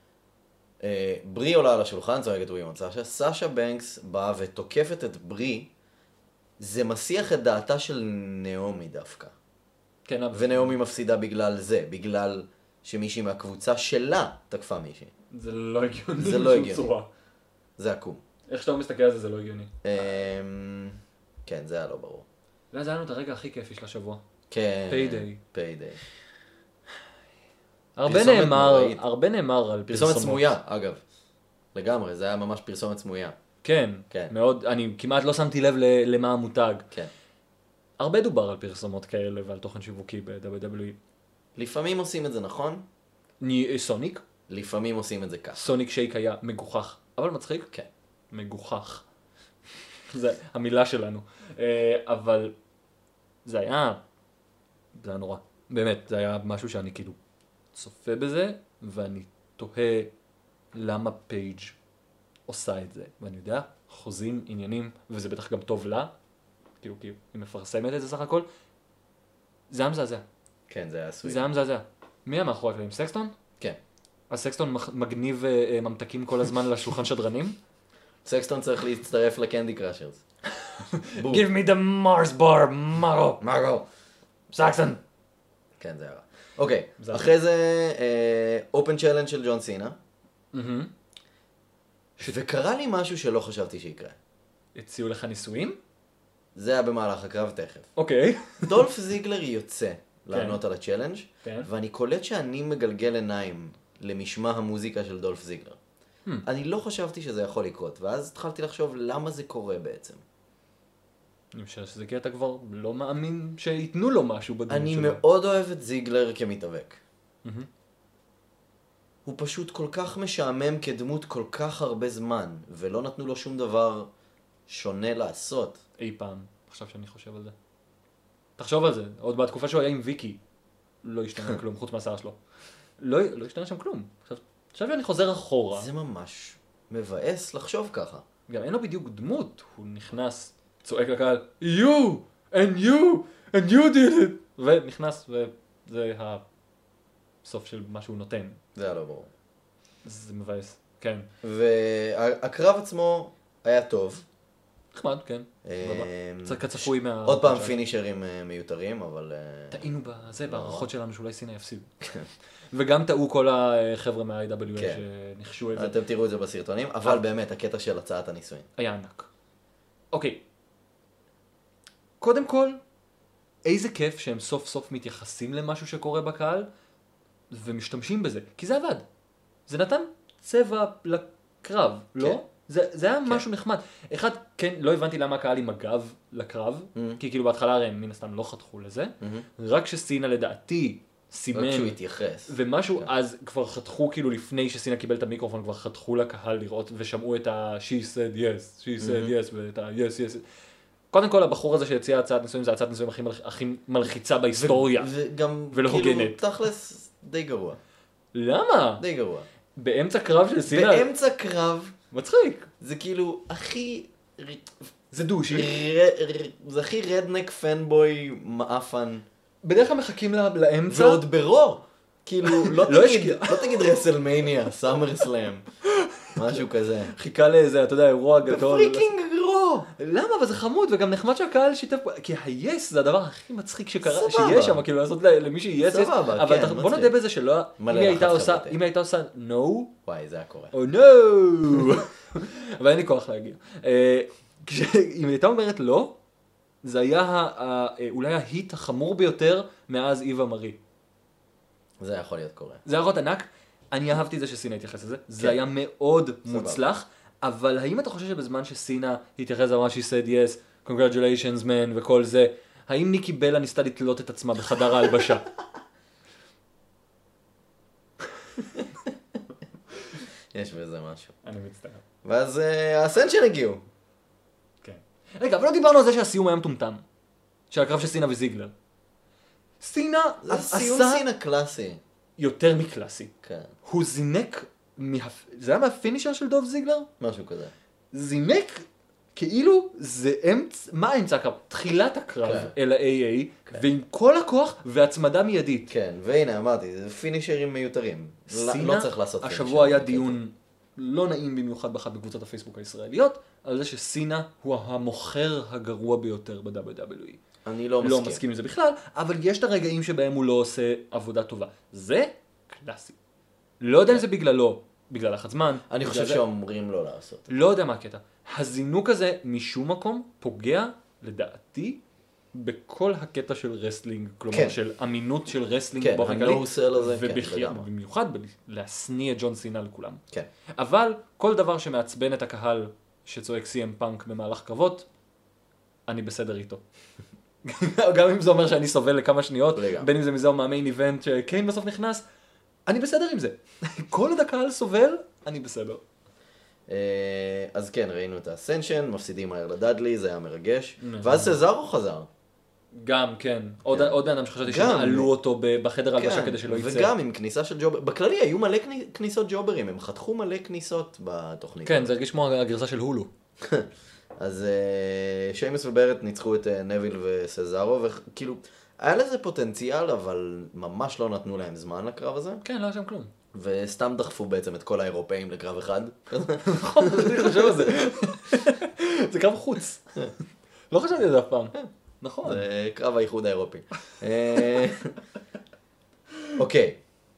ברי עולה על השולחן, צועקת ווימון סאשה. סאשה בנקס באה ותוקפת את ברי. זה מסיח את דעתה של נעמי דווקא. כן, ונעמי מפסידה בגלל זה, בגלל שמישהי מהקבוצה שלה תקפה מישהי. זה לא הגיוני. זה לא הגיוני. זה עקום. איך שאתה מסתכל על זה, זה לא הגיוני. כן, זה היה לא ברור. ואז היה לנו את הרגע הכי כיפי של השבוע. כן. פיידיי. הרבה נאמר על פרסומות. פרסומת סמויה, אגב. לגמרי, זה היה ממש פרסומת סמויה. כן, מאוד, אני כמעט לא שמתי לב למה המותג. כן. הרבה דובר על פרסומות כאלה ועל תוכן שיווקי ב-WWE. לפעמים עושים את זה נכון? סוניק? לפעמים עושים את זה ככה. סוניק שייק היה מגוחך, אבל מצחיק? כן. מגוחך. זה המילה שלנו. אבל זה היה נורא. באמת, זה היה משהו שאני כאילו צופה בזה, ואני תוהה למה פייג' עושה את זה. ואני יודע, חוזים, עניינים, וזה בטח גם טוב לה. כאילו, היא מפרסמת את זה סך הכל. זה היה מזעזע. כן, זה היה סוויט. זה היה מזעזע. מי היה מאחורי הקלעים? סקסטון? כן. אז סקסטון מגניב ממתקים כל הזמן לשולחן שדרנים? סקסטון צריך להצטרף לקנדי קראשרס. Give me the Mars bar, Mago. Mago. Saxon. כן, זה היה רע. אוקיי, אחרי זה אופן צ'לנג' של ג'ון סינה. וקרה לי משהו שלא חשבתי שיקרה. הציעו לך ניסויים? זה היה במהלך הקרב תכף. אוקיי. דולף זיגלר יוצא לענות על הצ'לנג', ואני קולט שאני מגלגל עיניים למשמע המוזיקה של דולף זיגלר. אני לא חשבתי שזה יכול לקרות, ואז התחלתי לחשוב למה זה קורה בעצם. אני חושב שזה כי אתה כבר לא מאמין שיתנו לו משהו בדמות שלו. אני מאוד אוהב את זיגלר כמתאבק. הוא פשוט כל כך משעמם כדמות כל כך הרבה זמן, ולא נתנו לו שום דבר שונה לעשות. אי פעם, עכשיו שאני חושב על זה. תחשוב על זה, עוד בתקופה שהוא היה עם ויקי, לא השתנה כלום, חוץ מהשיער שלו. לא השתנה שם כלום. עכשיו שאני חוזר אחורה. זה ממש מבאס לחשוב ככה. גם אין לו בדיוק דמות, הוא נכנס, צועק לקהל, you, and you did it, ונכנס, וזה הסוף של מה שהוא נותן. זה היה לא ברור. זה מבאס, כן. והקרב עצמו היה טוב. נחמד, כן. כצפוי מה... עוד פעם פינישרים מיותרים, אבל... טעינו בזה, בערכות שלנו שאולי סינה יפסיד. וגם טעו כל החבר'ה מה-IWA שנחשו את זה. אתם תראו את זה בסרטונים, אבל באמת, הקטע של הצעת הניסויים. היה ענק. אוקיי. קודם כל, איזה כיף שהם סוף סוף מתייחסים למשהו שקורה בקהל, ומשתמשים בזה. כי זה עבד. זה נתן צבע לקרב, לא? זה היה משהו נחמד. אחד, כן, לא הבנתי למה הקהל עם הגב לקרב, כי כאילו בהתחלה הרי הם מן הסתם לא חתכו לזה, רק שסינה לדעתי סימן, רק שהוא התייחס. ומשהו אז כבר חתכו, כאילו לפני שסינה קיבל את המיקרופון, כבר חתכו לקהל לראות ושמעו את ה-she said yes, she said yes, ואת ה-yes, yes. קודם כל, הבחור הזה שהציע הצעת ניסויים, זה הצעת ניסויים הכי מלחיצה בהיסטוריה, ולא הוגנת. כאילו, תכלס, די גרוע. למה? די גרוע. באמצע קרב של סינה? באמצע קרב. מצחיק. זה כאילו הכי... זה דושי. זה הכי רדנק פנבוי מאפן. בדרך כלל מחכים לאמצע. ועוד ברור. כאילו, לא תגיד רסלמניה, סאמר סלאם. משהו כזה. חיכה לאיזה, אתה יודע, אירוע גדול. פריקינג גרוע. למה? אבל זה חמוד, וגם נחמד שהקהל שיתף... כי היס זה הדבר הכי מצחיק שיש שם, כאילו לעשות למי שיס. סבבה, כן, מצחיק. בוא נודה בזה שלא... אם היא הייתה עושה no... וואי, זה היה קורה. או no! אבל אין לי כוח להגיע. אם הייתה אומרת לא, זה היה אולי ההיט החמור ביותר מאז איווה מרי. זה יכול להיות קורה. זה היה רוט ענק. אני אהבתי את זה שסינה התייחס לזה. זה היה מאוד מוצלח. אבל האם אתה חושב שבזמן שסינה התייחס למה שהיא said yes, congratulations man וכל זה, האם ניקי בלה ניסתה לתלות את עצמה בחדר ההלבשה? יש בזה משהו. אני מצטער. ואז הסנשן הגיעו. כן. רגע, אבל לא דיברנו על זה שהסיום היה מטומטם. של הקרב של סינה וזיגלר. סינה זה סיום סינה קלאסי. יותר מקלאסי. כן. הוא זינק, זה היה מהפינישר של דוב זיגלר? משהו כזה. זינק, כאילו זה מה האמצע הקרב? תחילת הקרב אל ה-AA, ועם כל הכוח והצמדה מיידית. כן, והנה אמרתי, זה פינישרים מיותרים. לא צריך לעשות פינישר. השבוע היה דיון לא נעים במיוחד באחת בקבוצות הפייסבוק הישראליות, על זה שסינה הוא המוכר הגרוע ביותר ב-WWE. אני לא מסכים. לא מסכים עם זה בכלל, אבל יש את הרגעים שבהם הוא לא עושה עבודה טובה. זה קלאסי. לא יודע אם זה בגללו, בגלל לחץ זמן. אני חושב שאומרים לא לעשות. לא יודע מה הקטע. הזינוק הזה משום מקום פוגע, לדעתי, בכל הקטע של רסלינג, כלומר של אמינות של רסלינג באופן כללי. ובמיוחד להסניע ג'ון סינה לכולם. כן. אבל כל דבר שמעצבן את הקהל שצועק CM פאנק במהלך קרבות, אני בסדר איתו. גם אם זה אומר שאני סובל לכמה שניות, בין אם זה מזה או מהמיין איבנט שקיין בסוף נכנס, אני בסדר עם זה. כל עוד הקהל סובל, אני בסדר. אז כן, ראינו את האסנשן, מפסידים מהר לדאדלי, זה היה מרגש. ואז סזארו חזר. גם, כן. עוד בן אדם שחשבתי שנעלו אותו בחדר הלבשה כדי שלא יצא. וגם עם כניסה של ג'ובר. בכללי היו מלא כניסות ג'וברים, הם חתכו מלא כניסות בתוכנית. כן, זה הרגיש כמו הגרסה של הולו. אז שיימס וברט ניצחו את נביל וסזארו, וכאילו, היה לזה פוטנציאל, אבל ממש לא נתנו להם זמן לקרב הזה. כן, לא היה שם כלום. וסתם דחפו בעצם את כל האירופאים לקרב אחד. נכון, אני חושב על זה. זה קרב חוץ. לא חשבתי על זה אף פעם. נכון. זה קרב האיחוד האירופי. אוקיי.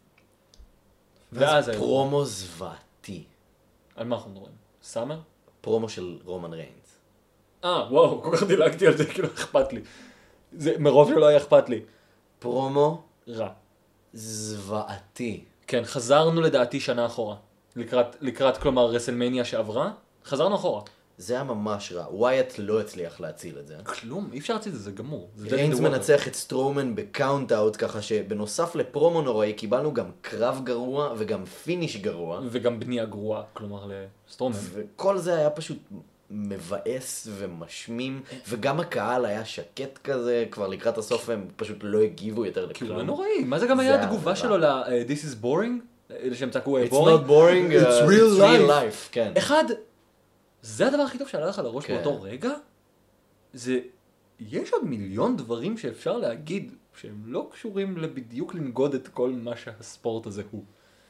ואז פרומו זוועתי. על מה אנחנו מדברים? סאמר? פרומו של רומן ריינס. וואו, כל כך דילגתי על זה, כאילו אכפת לי. מרוב שלא היה אכפת לי. פרומו רע. זוועתי. כן, חזרנו לדעתי שנה אחורה. לקראת כלומר רסלמניה שעברה, חזרנו אחורה. זה היה ממש רע. ווייט לא הצליח להציל את זה. כלום, אי אפשר להציל את זה, זה גמור. ריינס מנצח את סטרומן בקאונט-אאוט, ככה שבנוסף לפרומו נוראי קיבלנו גם קרב גרוע וגם פיניש גרוע. וגם בנייה גרועה, כלומר לסטרומן. וכל זה היה פשוט מבאס ומשמים, וגם הקהל היה שקט כזה, כבר לקראת הסוף הם פשוט לא הגיבו יותר לכלום. כאילו, נוראי. מה זה גם היה התגובה שלו ל-This is boring? שהם צעקו It's not boring, it's real life. כן. אחד, זה הדבר הכי טוב שעלה לך לראש באותו רגע? יש עוד מיליון דברים שאפשר להגיד שהם לא קשורים לבדיוק לנגוד את כל מה שהספורט הזה הוא.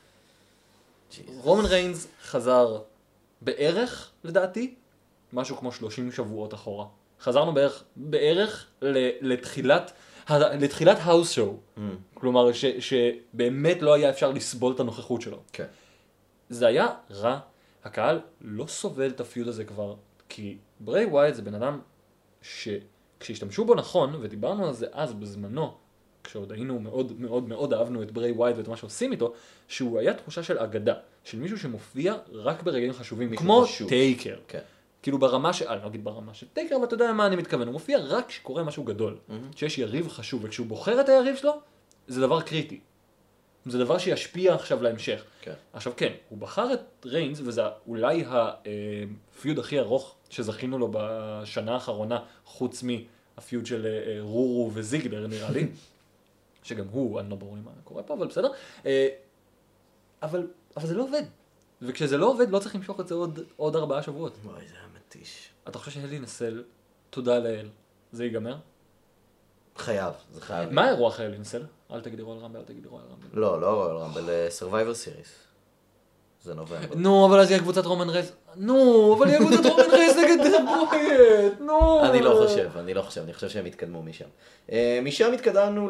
רומן ריינס חזר בערך, לדעתי, משהו כמו 30 שבועות אחורה. חזרנו בערך לתחילת האוס שואו. כלומר, שבאמת לא היה אפשר לסבול את הנוכחות שלו. כן. זה היה רע. הקהל לא סובל את הפיוד הזה כבר, כי ברי ווייט זה בן אדם שכשהשתמשו בו נכון, ודיברנו על זה אז בזמנו, כשעוד היינו מאוד מאוד מאוד אהבנו את ברי ווייט ואת מה שעושים איתו, שהוא היה תחושה של אגדה, של מישהו שמופיע רק ברגעים חשובים, כמו טייקר. כן. כאילו ברמה אני לא אגיד ברמה של טייקר, אבל אתה יודע מה אני מתכוון, הוא מופיע רק כשקורה משהו גדול, שיש יריב חשוב, וכשהוא בוחר את היריב שלו, זה דבר קריטי. זה דבר שישפיע עכשיו להמשך. כן. עכשיו כן, הוא בחר את ריינס, וזה אולי הפיוד הכי ארוך שזכינו לו בשנה האחרונה, חוץ מהפיוד של רורו וזיגלר נראה לי, שגם הוא, אני לא ברור מה קורה פה, אבל בסדר. אבל זה לא עובד. וכשזה לא עובד, לא צריך למשוך את זה עוד 4 שבועות. וואי, זה היה מתיש. אתה חושב שהלי נסל, תודה לאל, זה ייגמר? חייב, זה חייב. מה האירוע אחרי אלי נסל? אל תגידי רועל רמבל, אל תגידי רועל רמבל. לא רועל רמבל, Survivor Series. זה נובמבר. נו, אבל אז יהיה קבוצת רומן רייס. נו, אבל יהיה קבוצת רומן רייס נגד ווייט. נו. אני לא חושב, אני חושב שהם התקדמו משם. משם התקדמנו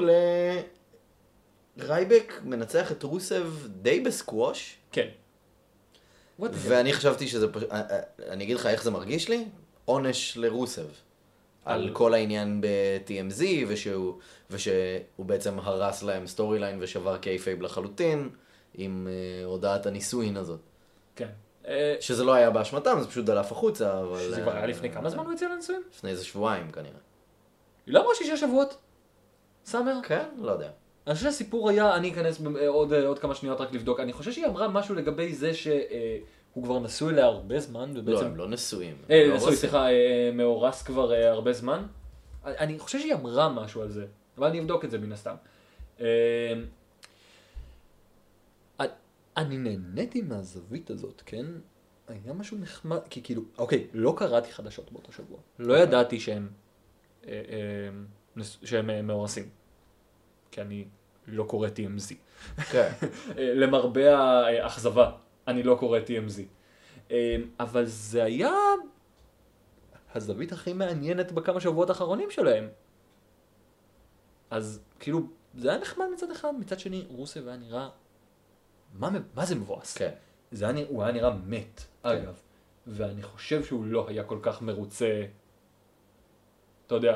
רייבק מנצח את רוסב די בסקווש. כן. ואני חשבתי שזה אני אגיד לך איך זה מרגיש לי? עונש לרוסב. על כל העניין ב-TMZ, ושהוא בעצם הרס להם סטורי ליין ושבר קייפייב לחלוטין, עם הודעת הנישואין הזאת. כן. שזה לא היה באשמתם, זה פשוט דלף החוצה, אבל... שזה כבר היה לפני כמה זמן הוא הציע לנישואין? לפני איזה שבועיים כנראה. היא לא אמרה 6 שבועות? סאמר? כן, לא יודע. אני חושב שהסיפור היה, אני אכנס עוד כמה שניות רק לבדוק, אני חושב שהיא אמרה משהו לגבי זה שהוא כבר נשוי אליה הרבה זמן, ובעצם... לא, הם לא נשואים. נשוי, סליחה, מאורס כבר הרבה זמן. אני חושב שהיא אמרה משהו על זה, אבל אני אבדוק את זה מן הסתם. אני נהניתי מהזווית הזאת, כן? היה משהו נחמד, כי כאילו, אוקיי, לא קראתי חדשות באותו שבוע. לא ידעתי שהם מאורסים. כי אני לא קורא TMZ. כן. למרבה האכזבה, אני לא קורא TMZ. אבל זה היה הזווית הכי מעניינת בכמה שבועות האחרונים שלהם. אז כאילו, זה היה נחמד מצד אחד, מצד שני, רוסב היה נראה... מה זה מבואס? כן. הוא היה נראה מת, אגב. ואני חושב שהוא לא היה כל כך מרוצה, אתה יודע,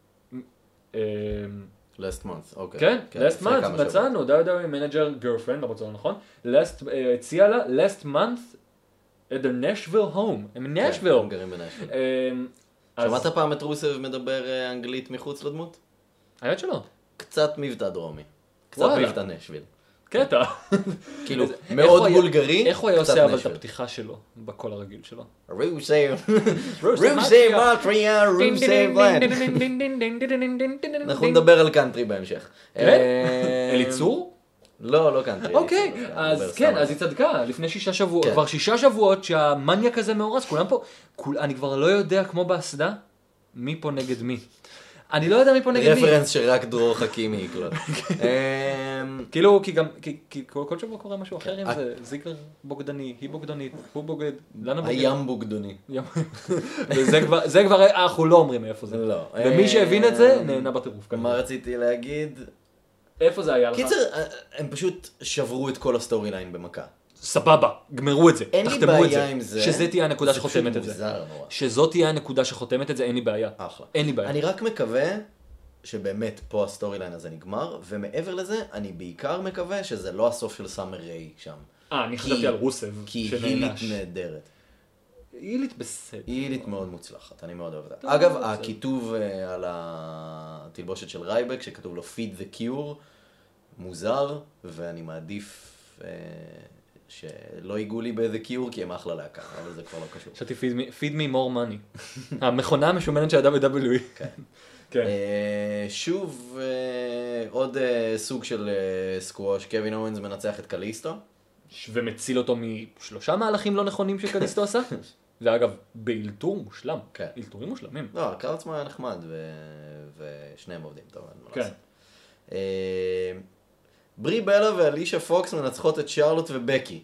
last month, אוקיי. כן, last month, מצאנו, WWE manager girlfriend, לא רוצה, נכון? הציע לה last month at the Nashville home, הם נשוויל. הם גרים בנשוויל. שמעת פעם את רוסב מדבר אנגלית מחוץ לדמות? האמת שלא. קצת מבטא דרומי. קצת מבטא נשוויל. קטע. כאילו, מאוד בולגרי, איך הוא היה עושה אבל את הפתיחה שלו, בקול הרגיל שלו? רוסב מטריה, רוסב בלנד. אנחנו נדבר על קאנטרי בהמשך. אליצור? לא קאנטרי. אוקיי, אז כן, אז היא צדקה, לפני 6 שבועות, כבר 6 שבועות שהמניאק הזה מאורס, כולם פה, אני כבר לא יודע, כמו באסדה, מי פה נגד מי. אני לא יודע מי פה נגד מי. רפרנס שרק דרור חכימי יקלוט. כאילו, כי כל שבוע קורה משהו אחר עם זה, זיגלר בוגדני, היא בוגדנית, הוא בוגד, לנה בוגד. הים בוגדני. זה כבר, אנחנו לא אומרים איפה זה. לא. ומי שהבין את זה, נהנה בטירוף. מה רציתי להגיד? איפה זה היה לך? קיצר, הם פשוט שברו את כל הסטורי ליין במכה. סבבה, גמרו את זה, אין לי תחתמו את בעיה זה. עם זה. שזה תהיה הנקודה שחותמת את זה זה. פשוט מוזר נורא. שזאת תהיה הנקודה שחותמת את זה, אין לי בעיה. אחלה. אין לי בעיה. אני רק מקווה שבאמת פה הסטורי ליין הזה נגמר, ומעבר לזה, אני בעיקר מקווה שזה לא הסוף של סאמר ריי שם. אני חשבתי על רוסב, כי שנענש. הילית נהדרת. הילית בסדר. הילית מאוד מוצלחת, אני מאוד אוהב אותה. אגב, הכיתוב על התלבושת של רייבק, שכתוב לו Feed the Cure, מוזר, ואני מעדיף שלא ייגעו לי ב-The Cure, כי הם אחלה להקה, אבל זה כבר לא קשור. חשבתי Feed me more money. המכונה המשומנת של ה-WWE. כן. שוב, עוד סוג של סקווש, קווין אורנס מנצח את קליסטו. ומציל אותו משלושה מהלכים לא נכונים שקליסטו עשה. ואגב, באילתור מושלם. כן. אילתורים מושלמים. לא, הקרב עצמו היה נחמד, ושניהם עובדים טוב. כן. ברי בלה ואלישה פוקס מנצחות את שרלוט ובקי.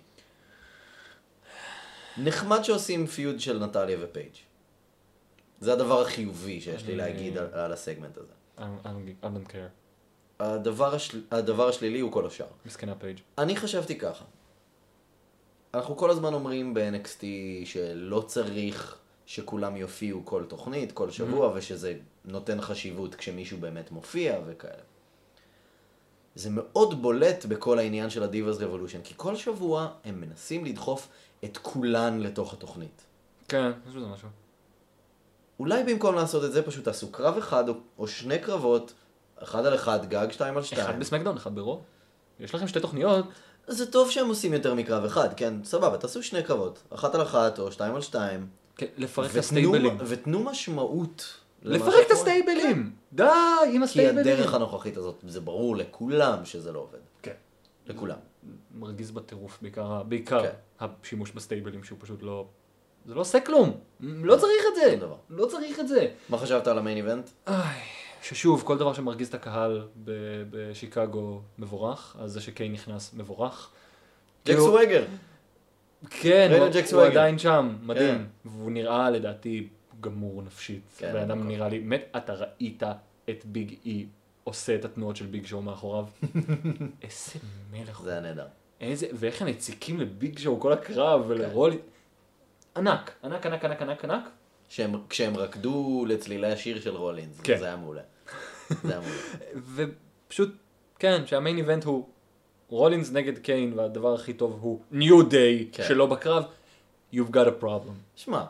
נחמד שעושים פיוד של נטליה ופייג'. זה הדבר החיובי שיש לי להגיד על הסגמנט הזה. I don't care. הדבר השלילי הוא כל השאר. מסכנה פייג'. אני חשבתי ככה. אנחנו כל הזמן אומרים ב-NXT שלא צריך שכולם יופיעו כל תוכנית, כל שבוע, ושזה נותן חשיבות כשמישהו באמת מופיע וכאלה. זה מאוד בולט בכל העניין של ה-Divas Revolution, כי כל שבוע הם מנסים לדחוף את כולן לתוך התוכנית. כן, יש בזה משהו. אולי במקום לעשות את זה פשוט תעשו קרב אחד או שני קרבות, 1 על 1, גג 2 על 2. אחד בסמקדאון, אחד ברוב. יש לכם שתי תוכניות. זה טוב שהם עושים יותר מקרב אחד, כן, סבבה, תעשו שני קרבות, 1 על 1 או 2 על 2. כן, לפרק את הסטייבלים. ותנו משמעות. לפרק את הסטייבלים! די, עם הסטייבלים. כי הדרך הנוכחית הזאת, זה ברור לכולם שזה לא עובד. כן. לכולם. מרגיז בטירוף, בעיקר כן. השימוש בסטייבלים שהוא פשוט לא... זה לא עושה כלום. לא צריך את זה. לא צריך את זה. מה חשבת על המיין איבנט? ששוב, כל דבר שמרגיז את הקהל בשיקגו מבורך, אז זה שקיין נכנס מבורך. ג'ק סוואגר. כן, הוא עדיין שם, מדהים. והוא נראה לדעתי גמור נפשית. והאדם נראה לי, באמת, אתה ראית את ביג אי עושה את התנועות של ביג שואו מאחוריו. איזה מלך הוא. זה היה נהדר. ואיך הם הציקים לביג שואו כל הקרב ולרולי. ענק, ענק, ענק, ענק, ענק, ענק. כשהם רקדו לצלילי השיר של רולינס, זה היה מעולה. זה היה מעולה. ופשוט, כן, שהמיין איבנט הוא רולינס נגד קיין, והדבר הכי טוב הוא ניו דיי שלא בקרב, you've got a problem. שמע,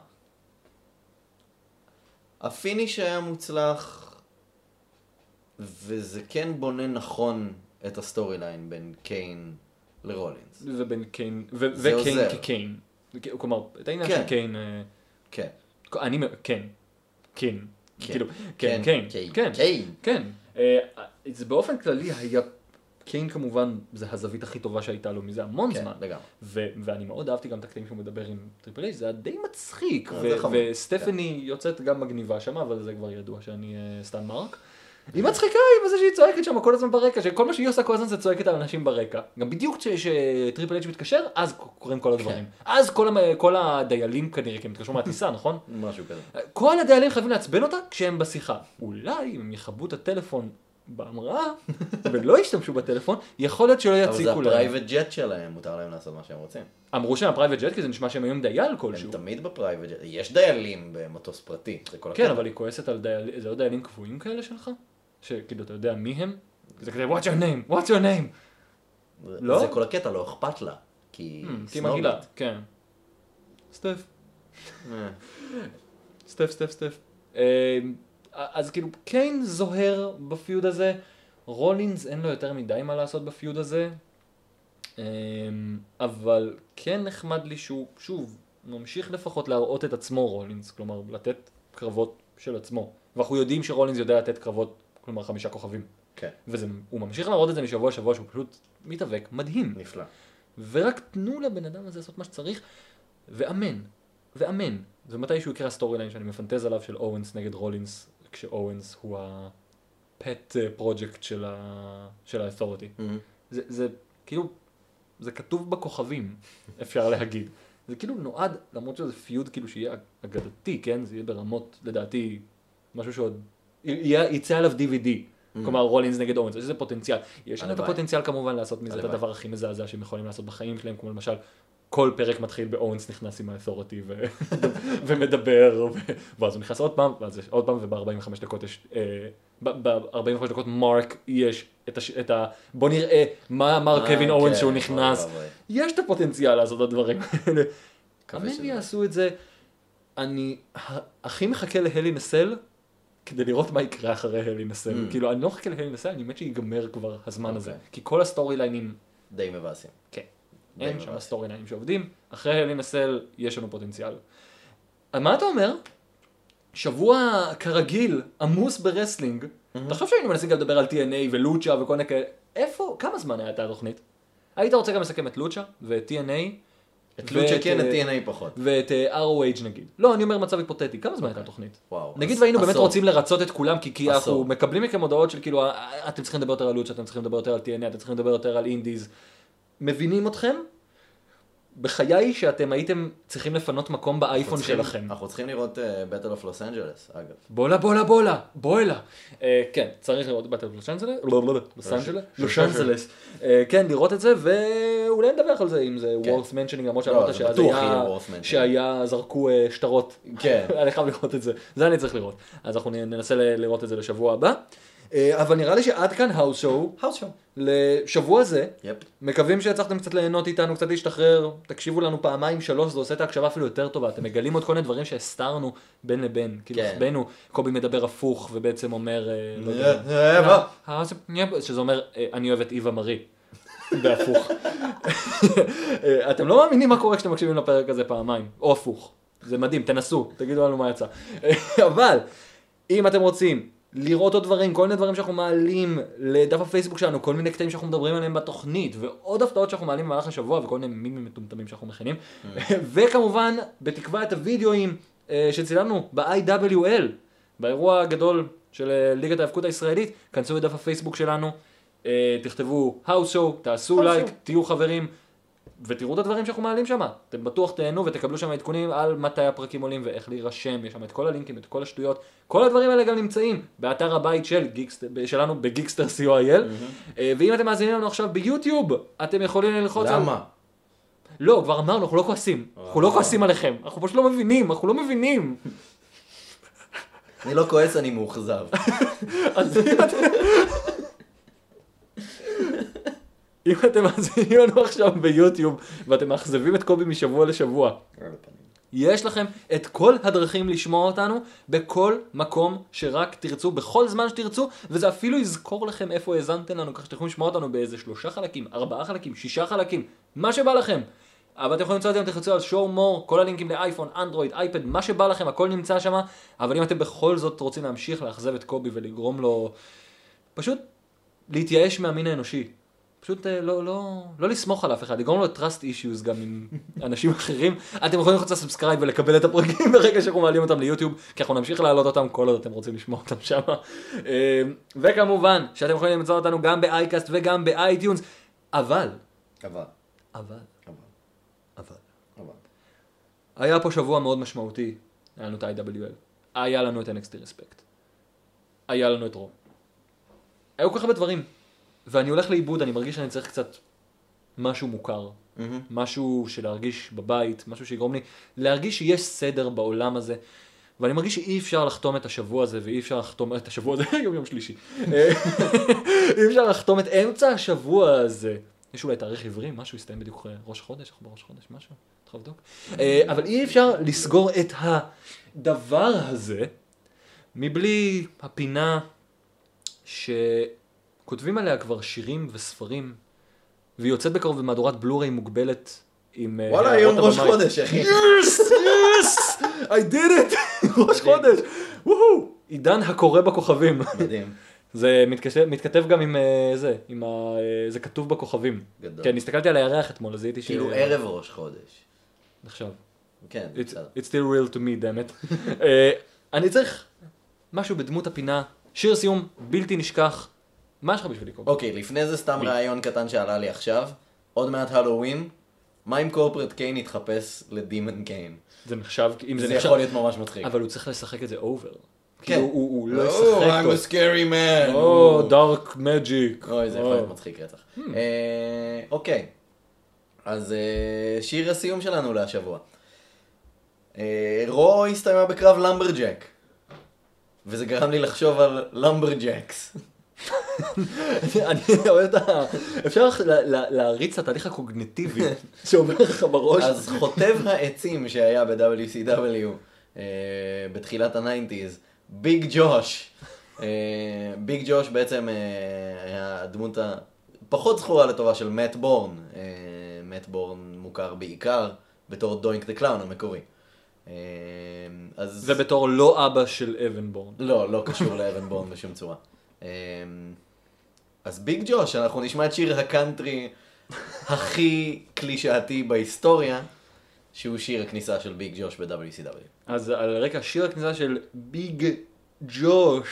הפיניש היה מוצלח, וזה כן בונה נכון את הסטורי ליין בין קיין לרולינס. ובין קיין, וקיין כקיין. כלומר, את העניין של קיין... כן. אני... כן. קיין. כאילו, כן, כן. זה באופן כללי היה... קיין כמובן זה הזווית הכי טובה שהייתה לו מזה המון זמן. ואני מאוד אהבתי גם את הקטעים שהוא מדבר עם טריפל אייץ', זה היה די מצחיק. וסטפני יוצאת גם מגניבה שם, אבל זה כבר ידוע שאני סטן מרק. היא מצחיקה עם זה שהיא צועקת שם כל הזמן ברקע, שכל מה שהיא עושה כל הזמן זה צועקת על אנשים ברקע. גם בדיוק כשטריפל אייץ' מתקשר, אז קוראים כל הדברים. אז כל הדיילים כנראה, כי הם מתקשרו מהטיסה, נכון? משהו כזה. כל הדיילים חייבים לעצבן אותה כשהם בשיחה. אולי אם הם יחבו את הטלפון בהמראה, ולא ישתמשו בטלפון, יכול להיות שלא יציקו להם. אבל זה הפרייבט ג'ט שלהם, מותר להם לעשות מה שהם רוצים. אמרו שהם הפרייבט ג'ט, כי זה נשמע שהם היום דייל כלשהו. הם תמיד בפרייבט ג'ט. יש דיילים במטוס פרטי. כן, אבל היא כועסת על דיילים, זה לא דיילים קבועים כאלה שלך? שכאילו אתה יודע מי הם? זה כזה, what's your name? what's your name? לא? זה כל הקטע, לא אכפת לה. כי מגעילה, כן. סטף. סטף. אז כאילו, קיין זוהר בפיוד הזה, רולינס אין לו יותר מדי מה לעשות בפיוד הזה, אבל כן נחמד לי שהוא, שוב, ממשיך לפחות להראות את עצמו רולינס, כלומר, לתת קרבות של עצמו. ואנחנו יודעים שרולינס יודע לתת קרבות, כלומר 5 כוכבים. כן. והוא ממשיך להראות את זה משבוע לשבוע, שהוא פשוט מתאבק, מדהים. נפלא. ורק תנו לבן אדם הזה לעשות מה שצריך, ואמן. ומתי שהוא יקרה הסטורי ליין שאני מפנטז עליו של אורנס נגד רולינס, כשאורנס הוא הפט פרוג'קט של ה-authority. זה כאילו, זה כתוב בכוכבים, אפשר להגיד. זה כאילו נועד, למרות שזה פיוד כאילו שיהיה אגדתי, כן? זה יהיה ברמות, לדעתי, משהו שעוד, יצא עליו DVD. כלומר רולינס נגד אורנס, יש איזה פוטנציאל. יש לנו את הלוואי. הפוטנציאל כמובן לעשות מזה את הלוואי. הדבר הכי מזעזע שהם יכולים לעשות בחיים שלהם, כמו למשל כל פרק מתחיל באורנס נכנס עם האתורטי ומדבר, ואז הוא נכנס עוד פעם, ואז יש עוד פעם, וב-45 דקות יש, ב-45 דקות מרק יש את ה... בוא נראה מה אמר קווין אורנס שהוא נכנס. יש את הפוטנציאל לעשות את הדברים האלה. אמן לי יעשו את זה. אני הכי מחכה להלי נסל, כדי לראות מה יקרה אחרי הלי נסל. כאילו, אני לא מחכה להלי נסל, אני מת שיגמר כבר הזמן הזה. כי כל הסטורי ליינים... די מבאסים. כן. אין שם סטורי ליינים שעובדים. אחרי הלי נסל יש לנו פוטנציאל. מה אתה אומר? שבוע כרגיל, עמוס ברסלינג. אתה חושב שהיינו מנסים גם לדבר על TNA ולוצ'ה וכל מיני כאלה. איפה? כמה זמן הייתה התוכנית? היית רוצה גם לסכם את לוצ'ה ואת TNA? את לוצ'ה כן, את TNA פחות. ואת ROH נגיד. לא, אני אומר מצב היפותטי. כמה זמן הייתה התוכנית? וואו. נגיד והיינו באמת רוצים לרצות את כולם, כי אנחנו מקבלים מכם הודעות של כאילו, אתם צריכים לדבר יותר על לוצ'ה, אתם צריכים לדבר יותר על TNA, אתם צריכים לדבר יותר על אינדיז. מבינים אתכם? בחיי שאתם הייתם צריכים לפנות מקום באייפון שלכם. אנחנו צריכים לראות Battle of Los Angeles, אגב. בואלה. כן, צריך לראות Battle of Los Angeles. כן, לראות את זה, ואולי נדבר על זה, אם זה worth mentioning, למרות שאמרת שהיה זרקו שטרות. כן. אני חייב לראות את זה. זה אני צריך לראות. אז אנחנו ננסה לראות את זה לשבוע הבא. אבל נראה לי שעד כאן האוס שואו, לשבוע זה, מקווים שהצלחתם קצת ליהנות איתנו, קצת להשתחרר, תקשיבו לנו פעמיים, 3, זה עושה את ההקשבה אפילו יותר טובה, אתם מגלים עוד כל מיני דברים שהסתרנו בין לבין, כאילו חבנו, קובי מדבר הפוך ובעצם אומר, שזה אומר, אני אוהב את איווה מרי, בהפוך. אתם לא מאמינים מה קורה כשאתם מקשיבים לפרק הזה פעמיים, או הפוך, זה מדהים, תנסו, תגידו לנו מה יצא. אבל, אם אתם רוצים, לראות עוד דברים, כל מיני דברים שאנחנו מעלים לדף הפייסבוק שלנו, כל מיני קטעים שאנחנו מדברים עליהם בתוכנית, ועוד הפתעות שאנחנו מעלים במהלך השבוע, וכל מיני מימים מטומטמים שאנחנו מכינים. וכמובן, בתקווה את הוידאוים שצילמנו ב-IWL, באירוע הגדול של ליגת ההאבקות הישראלית, כנסו לדף הפייסבוק שלנו, תכתבו House Show, תעשו לייק, תהיו חברים, ותראו את הדברים שאנחנו מעלים שם. אתם בטוח תהנו ותקבלו שם עדכונים על מתי הפרקים עולים ואיך להירשם. יש שם את כל הלינקים, את כל השטויות. כל הדברים האלה גם נמצאים באתר הבית שלנו בגיקסטר co.il. ואם אתם מאזינים לנו עכשיו ביוטיוב, אתם יכולים ללחוץ על... למה? לא, כבר אמרנו, אנחנו לא כועסים. אנחנו לא כועסים עליכם. אנחנו פשוט לא מבינים, אנחנו לא מבינים. אני לא כועס, אני מאוכזב. אז אם אתם מאזינים לנו עכשיו ביוטיוב ואתם מאכזבים את קובי משבוע לשבוע, יש לכם את כל הדרכים לשמוע אותנו בכל מקום שרק תרצו, בכל זמן שתרצו, וזה אפילו יזכור לכם איפה האזנתם לנו, כך שאתם יכולים לשמוע אותנו באיזה 3 חלקים, 4 חלקים, 6 חלקים, מה שבא לכם. אבל אתם יכולים למצוא אותם, תחצו על show more, כל הלינקים לאייפון, אנדרואיד, אייפד, מה שבא לכם, הכל נמצא שם. אבל אם אתם בכל זאת רוצים להמשיך לאכזב את קובי ולגרום לו פשוט להתייאש מהמין האנושי, פשוט לא לסמוך על אף אחד, לגרום לו trust issues גם עם אנשים אחרים. אתם יכולים לחוץ לסאבסקרייב ולקבל את הפרקים ברגע שאנחנו מעלים אותם ליוטיוב, כי אנחנו נמשיך להעלות אותם כל עוד אתם רוצים לשמוע אותם שם. וכמובן שאתם יכולים למצוא אותנו גם באייקאסט וגם באייטיונס, אבל היה פה שבוע מאוד משמעותי. היה לנו את ה-IWL, היה לנו את NXT Respect, היה לנו את רו, היו כל כך הרבה דברים. ואני הולך לאיבוד, אני מרגיש שאני צריך קצת משהו מוכר, משהו שלהרגיש בבית, משהו שיגרום לי להרגיש שיש סדר בעולם הזה, ואני מרגיש שאי אפשר לחתום את השבוע הזה, ואי אפשר לחתום את השבוע הזה, יום שלישי, אי אפשר לחתום את אמצע השבוע הזה, יש אולי תאריך עברי, משהו יסתיים בדיוק ראש חודש, אנחנו בראש חודש, משהו, צריך לבדוק, אבל אי אפשר לסגור את הדבר הזה, מבלי הפינה כותבים עליה כבר שירים וספרים, והיא יוצאת בקרוב במהדורת בלוריי מוגבלת עם... וואלה, היום ראש חודש, אחי. Yes! I did it! ראש חודש! וואו! עידן הקורא בכוכבים. מדהים. זה מתכתב גם עם זה, זה כתוב בכוכבים. גדול. כן, הסתכלתי על הירח אתמול, אז הייתי כאילו ערב ראש חודש. עכשיו. כן, It's still real to me, damn it. אני צריך משהו בדמות הפינה, שיר סיום בלתי נשכח. מה יש לך בשבילי קובי? אוקיי, לפני זה סתם רעיון קטן שעלה לי עכשיו. עוד מעט הלואוין. מה אם קורפרט קיין יתחפש לדימון קיין? זה נחשב, אם זה יכול להיות ממש מצחיק. אבל הוא צריך לשחק את זה אובר. כאילו הוא לא Oh, ישחק I'm טוב. a scary man. או, דארק מג'יק. אוי, זה יכול להיות מצחיק רצח. אוקיי, אז שיר הסיום שלנו להשבוע. רו הסתיימה בקרב למברג'ק, וזה גרם לי לחשוב על למברג'קס. אני אוהב את אפשר להריץ את התהליך הקוגניטיבי שעובר לך בראש. אז חוטב העצים שהיה ב-WCW בתחילת ה-90s, ביג ג'וש. ביג ג'וש בעצם היה הדמות הפחות זכורה לטובה של מאט בורן. מאט בורן מוכר בעיקר בתור דוינק דה קלאון המקורי. ובתור לא אבא של אבן בורן. לא קשור לאבן בורן בשום צורה. אז ביג ג'וש, אנחנו נשמע את שיר הקאנטרי הכי קלישאתי בהיסטוריה, שהוא שיר הכניסה של ביג ג'וש ב-WCW. אז על רקע שיר הכניסה של ביג ג'וש,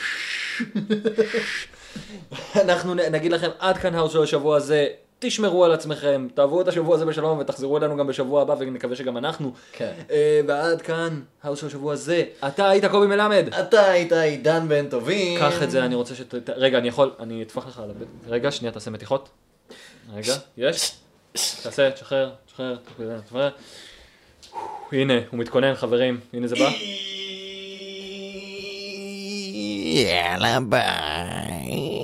אנחנו נגיד לכם עד כאן האוס של השבוע הזה. תשמרו על עצמכם, תעברו את השבוע הזה בשלום ותחזרו אלינו גם בשבוע הבא ונקווה שגם אנחנו. כן. ועד כאן האוס של השבוע הזה. אתה היית קובי מלמד. אתה היית עידן בן טובים. קח את זה, אני רוצה רגע, אני אטפח לך על הבית. רגע, שנייה, תעשה מתיחות. רגע, יש? תעשה, תשחרר. הנה, הוא מתכונן, חברים. הנה זה בא. יאללה ביי.